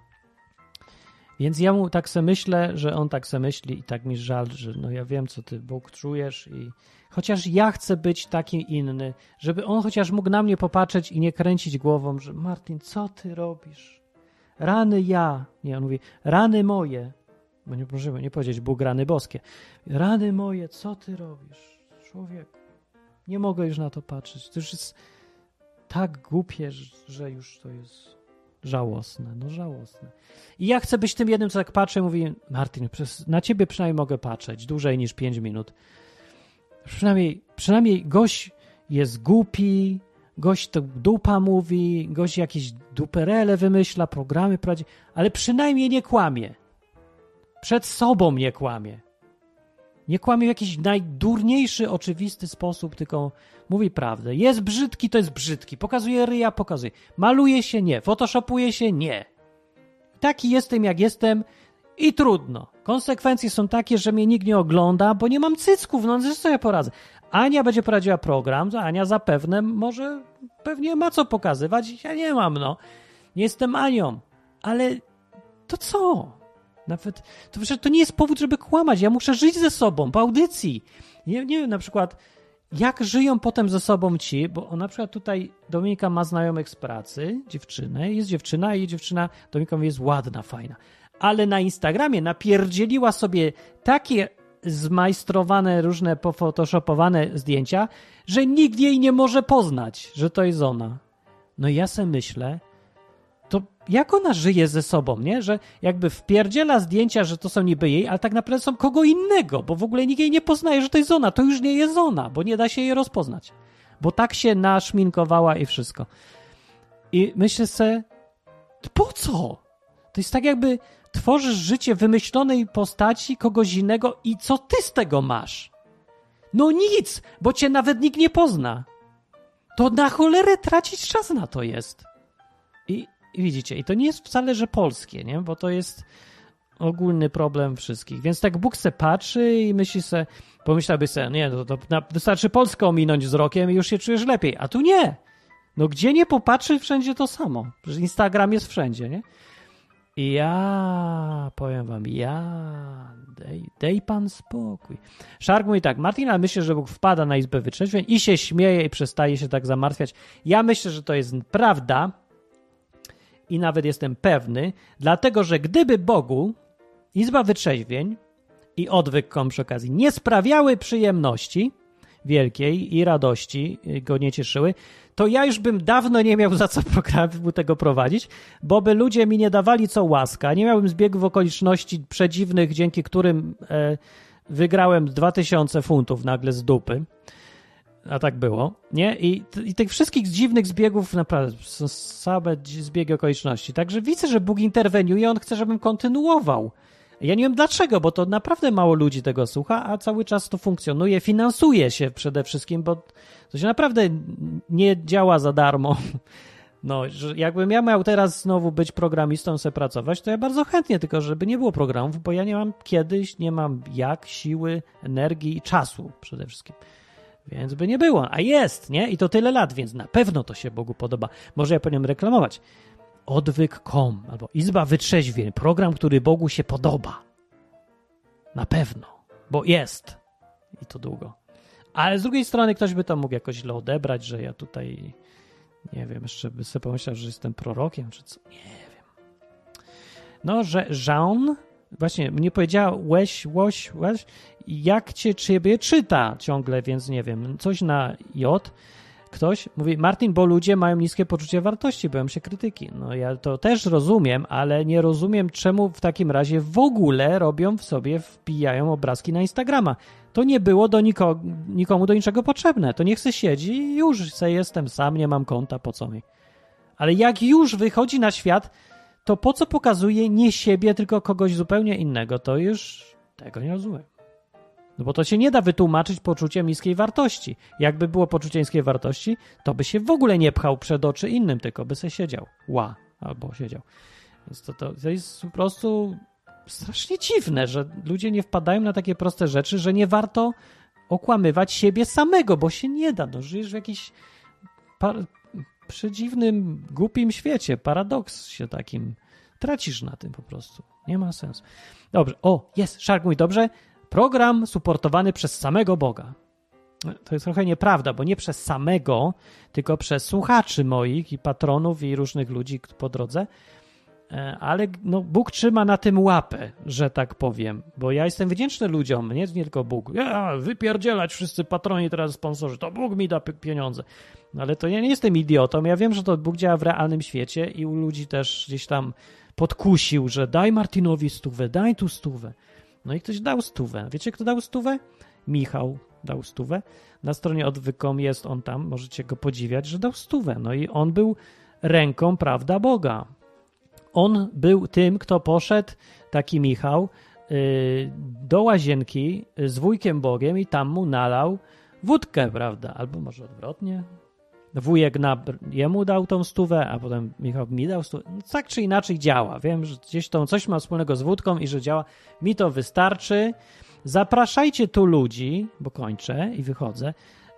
Speaker 1: Więc ja mu tak se myślę, że on tak se myśli i tak mi żal, że no ja wiem, co ty, Bóg, czujesz i chociaż ja chcę być taki inny, żeby on chociaż mógł na mnie popatrzeć i nie kręcić głową, że Martin, co ty robisz? Rany ja. Nie, on mówi, rany moje. Bo nie możemy nie powiedzieć Bóg, rany boskie. Rany moje, co ty robisz? Człowieku, nie mogę już na to patrzeć. To już jest tak głupie, że już to jest żałosne. No żałosne. I ja chcę być tym jednym, co tak patrzę, mówi, Martin, na ciebie przynajmniej mogę patrzeć dłużej niż 5 minut. Przynajmniej gość jest głupi, gość to dupa mówi, gość jakieś duperele wymyśla, programy prowadzi, ale przynajmniej nie kłamie. Przed sobą nie kłamie. Nie kłamie w jakiś najdurniejszy, oczywisty sposób, tylko mówi prawdę. Jest brzydki, to jest brzydki. Pokazuje ryja, pokazuje. Maluje się, nie. Photoshopuje się, nie. Taki jestem, jak jestem i trudno. Konsekwencje są takie, że mnie nikt nie ogląda, bo nie mam cycków, no co ja poradzę. Ania będzie prowadziła program, to Ania zapewne pewnie ma co pokazywać, ja nie mam, no. Nie jestem Anią, ale to co? Nawet to nie jest powód, żeby kłamać. Ja muszę żyć ze sobą po audycji. Nie wiem, na przykład jak żyją potem ze sobą ci, bo na przykład tutaj Dominika ma znajomych z pracy, dziewczynę, jest dziewczyna i dziewczyna Dominika jest ładna, fajna. ale na Instagramie napierdzieliła sobie takie zmajstrowane, różne pofotoshopowane zdjęcia, że nikt jej nie może poznać, że to jest ona. No i ja sobie myślę, to jak ona żyje ze sobą, nie? Że jakby wpierdziela zdjęcia, że to są niby jej, ale tak naprawdę są kogo innego, bo w ogóle nikt jej nie poznaje, że to jest ona. To już nie jest ona, bo nie da się jej rozpoznać. Bo tak się naszminkowała i wszystko. I myślę sobie, po co? To jest tak jakby tworzysz życie wymyślonej postaci kogoś innego i co ty z tego masz? No nic, bo cię nawet nikt nie pozna. To na cholerę tracić czas na to jest. I widzicie, i to nie jest wcale, że polskie, nie? Bo to jest ogólny problem wszystkich. Więc tak Bóg se patrzy i myśli se, pomyślałby se, nie, to wystarczy Polskę ominąć wzrokiem i już się czujesz lepiej. A tu nie. No gdzie nie popatrzy, wszędzie to samo. Przecież Instagram jest wszędzie, nie? I ja powiem wam, daj pan spokój. Szark mówi tak, Martin, ale myślę, że Bóg wpada na Izbę Wytrzeźwień i się śmieje i przestaje się tak zamartwiać. Ja myślę, że to jest prawda i nawet jestem pewny, dlatego, że gdyby Bogu Izba Wytrzeźwień i odwyk.com przy okazji nie sprawiały przyjemności wielkiej i radości, go nie cieszyły, to ja już bym dawno nie miał za co programu tego prowadzić, bo by ludzie mi nie dawali co łaska, nie miałbym zbiegów okoliczności przedziwnych, dzięki którym wygrałem 2000 funtów nagle z dupy, a tak było, nie? I tych wszystkich dziwnych zbiegów naprawdę są same zbiegi okoliczności, także widzę, że Bóg interweniuje, on chce, żebym kontynuował. Ja nie wiem dlaczego, bo to naprawdę mało ludzi tego słucha, a cały czas to funkcjonuje, finansuje się przede wszystkim, bo to się naprawdę nie działa za darmo. No, że jakbym ja miał teraz znowu być programistą, sobie pracować, to ja bardzo chętnie, tylko żeby nie było programów, bo ja nie mam kiedyś, nie mam siły, energii i czasu przede wszystkim. Więc by nie było, a jest, nie? I to tyle lat, więc na pewno to się Bogu podoba. Może ja powinienem reklamować. Odwyk.com albo Izba Wytrzeźwień, program, który Bogu się podoba. Na pewno, bo jest. I to długo. Ale z drugiej strony ktoś by to mógł jakoś źle odebrać, że ja tutaj, nie wiem, jeszcze by sobie pomyślał, że jestem prorokiem, czy co, nie wiem. No, że Jean, właśnie mnie powiedziałeś, jak ciebie czyta ciągle, więc nie wiem, coś na J. Ktoś mówi, Martin, bo ludzie mają niskie poczucie wartości, boją się krytyki. No ja to też rozumiem, ale nie rozumiem, czemu w takim razie w ogóle wpijają obrazki na Instagrama. To nie było nikomu do niczego potrzebne. To niech se siedzi i już jestem sam, nie mam konta, po co mi. Ale jak już wychodzi na świat, to po co pokazuje nie siebie, tylko kogoś zupełnie innego? To już tego nie rozumiem. No bo to się nie da wytłumaczyć poczuciem niskiej wartości. Jakby było poczucie niskiej wartości, to by się w ogóle nie pchał przed oczy innym, tylko by se siedział. Albo siedział. Więc to jest po prostu strasznie dziwne, że ludzie nie wpadają na takie proste rzeczy, że nie warto okłamywać siebie samego, bo się nie da. No, żyjesz w jakimś przedziwnym, głupim świecie. Paradoks się takim. Tracisz na tym po prostu. Nie ma sensu. Dobrze. Jest. Szark mówi, dobrze. Program suportowany przez samego Boga. To jest trochę nieprawda, bo nie przez samego, tylko przez słuchaczy moich i patronów i różnych ludzi po drodze, ale no, Bóg trzyma na tym łapę, że tak powiem, bo ja jestem wdzięczny ludziom, nie tylko Bóg. Wypierdzielać wszyscy patroni, teraz sponsorzy, to Bóg mi da pieniądze. No, ale to ja nie jestem idiotą, ja wiem, że to Bóg działa w realnym świecie i u ludzi też gdzieś tam podkusił, że daj Martinowi 100, daj tu 100. No i ktoś dał 100. Wiecie, kto dał 100? Michał dał 100. Na stronie odwyk.com jest on tam, możecie go podziwiać, że dał 100. No i on był ręką, prawda, Boga. On był tym, kto poszedł, taki Michał, do łazienki z wujkiem Bogiem i tam mu nalał wódkę, prawda? Albo może odwrotnie. Wujek jemu dał tą 100, a potem Michał mi dał 100. No, tak czy inaczej działa. Wiem, że gdzieś to coś ma wspólnego z wódką i że działa. Mi to wystarczy. Zapraszajcie tu ludzi, bo kończę i wychodzę.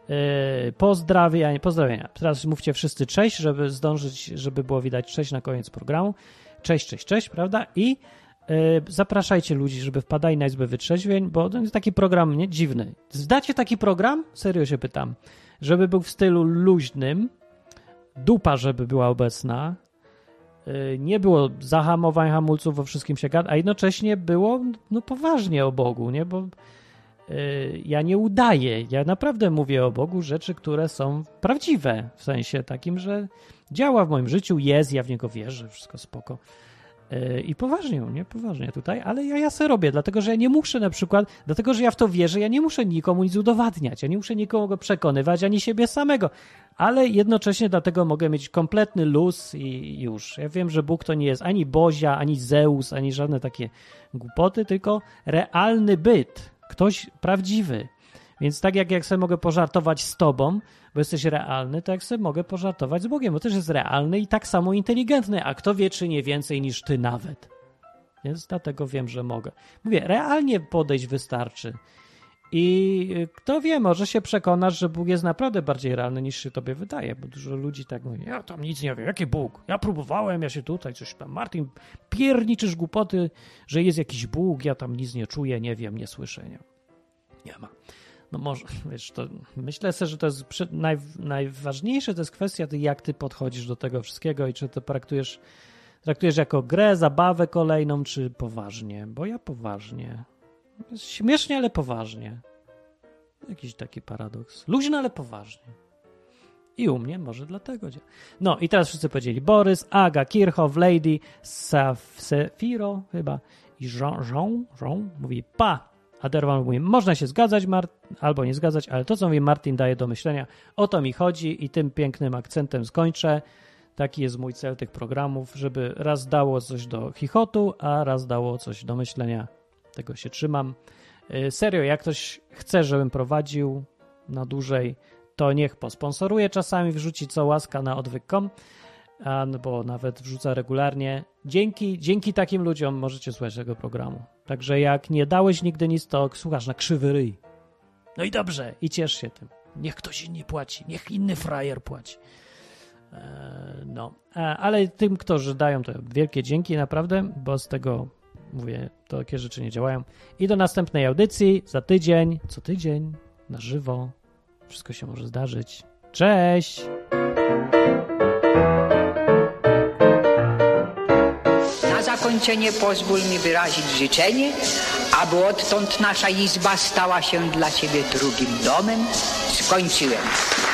Speaker 1: Pozdrowienia. Teraz mówcie wszyscy cześć, żeby zdążyć, żeby było widać cześć na koniec programu. Cześć, prawda? I zapraszajcie ludzi, żeby wpadali na Izbę Wytrzeźwień, bo to jest taki program dziwny. Zdacie taki program? Serio się pytam. Żeby był w stylu luźnym, dupa żeby była obecna, nie było zahamowań, hamulców, o wszystkim się gada, a jednocześnie było poważnie o Bogu, nie? Bo ja nie udaję, ja naprawdę mówię o Bogu rzeczy, które są prawdziwe, w sensie takim, że działa w moim życiu, jest, ja w Niego wierzę, wszystko spoko. I poważnie tutaj, ale ja se robię, dlatego że ja nie muszę na przykład, dlatego że ja w to wierzę, ja nie muszę nikomu nic udowadniać, ja nie muszę nikomu go przekonywać, ani siebie samego, ale jednocześnie dlatego mogę mieć kompletny luz i już. Ja wiem, że Bóg to nie jest ani Bozia, ani Zeus, ani żadne takie głupoty, tylko realny byt, ktoś prawdziwy. Więc tak jak sobie mogę pożartować z tobą, bo jesteś realny, tak jak sobie mogę pożartować z Bogiem, bo też jest realny i tak samo inteligentny, a kto wie, czy nie więcej niż ty nawet. Więc dlatego wiem, że mogę. Mówię, realnie podejść wystarczy. I kto wie, może się przekonasz, że Bóg jest naprawdę bardziej realny niż się tobie wydaje, bo dużo ludzi tak mówi, ja tam nic nie wiem, jaki Bóg? Ja próbowałem, ja się tutaj coś tam, Martin, pierniczysz głupoty, że jest jakiś Bóg, ja tam nic nie czuję, nie wiem, nie słyszę, nie ma. No może, wiesz, to myślę sobie, że to jest najważniejsze, to jest kwestia, jak ty podchodzisz do tego wszystkiego i czy to traktujesz jako grę, zabawę kolejną, czy poważnie, bo ja poważnie. Jest śmiesznie, ale poważnie. Jakiś taki paradoks. Luźno, ale poważnie. I u mnie może dlatego. No i teraz wszyscy powiedzieli Borys, Aga, Kirchhoff, Lady, Sefiro chyba i Jean mówi pa. A Derwan mówi, można się zgadzać albo nie zgadzać, ale to, co mówi Martin, daje do myślenia. O to mi chodzi i tym pięknym akcentem skończę. Taki jest mój cel tych programów, żeby raz dało coś do chichotu, a raz dało coś do myślenia. Tego się trzymam. Serio, jak ktoś chce, żebym prowadził na dłużej, to niech posponsoruje czasami, wrzuci co łaska na odwyk.com, bo nawet wrzuca regularnie. Dzięki takim ludziom możecie słuchać tego programu. Także jak nie dałeś nigdy nic, to słuchasz na krzywy ryj. No i dobrze, i ciesz się tym. Niech ktoś inny płaci, niech inny frajer płaci. Ale tym, którzy dają, to wielkie dzięki naprawdę, bo z tego, mówię, takie rzeczy nie działają. I do następnej audycji za tydzień, co tydzień, na żywo. Wszystko się może zdarzyć. Cześć!
Speaker 7: Na zakończenie pozwól mi wyrazić życzenie, aby odtąd nasza izba stała się dla Ciebie drugim domem. Skończyłem.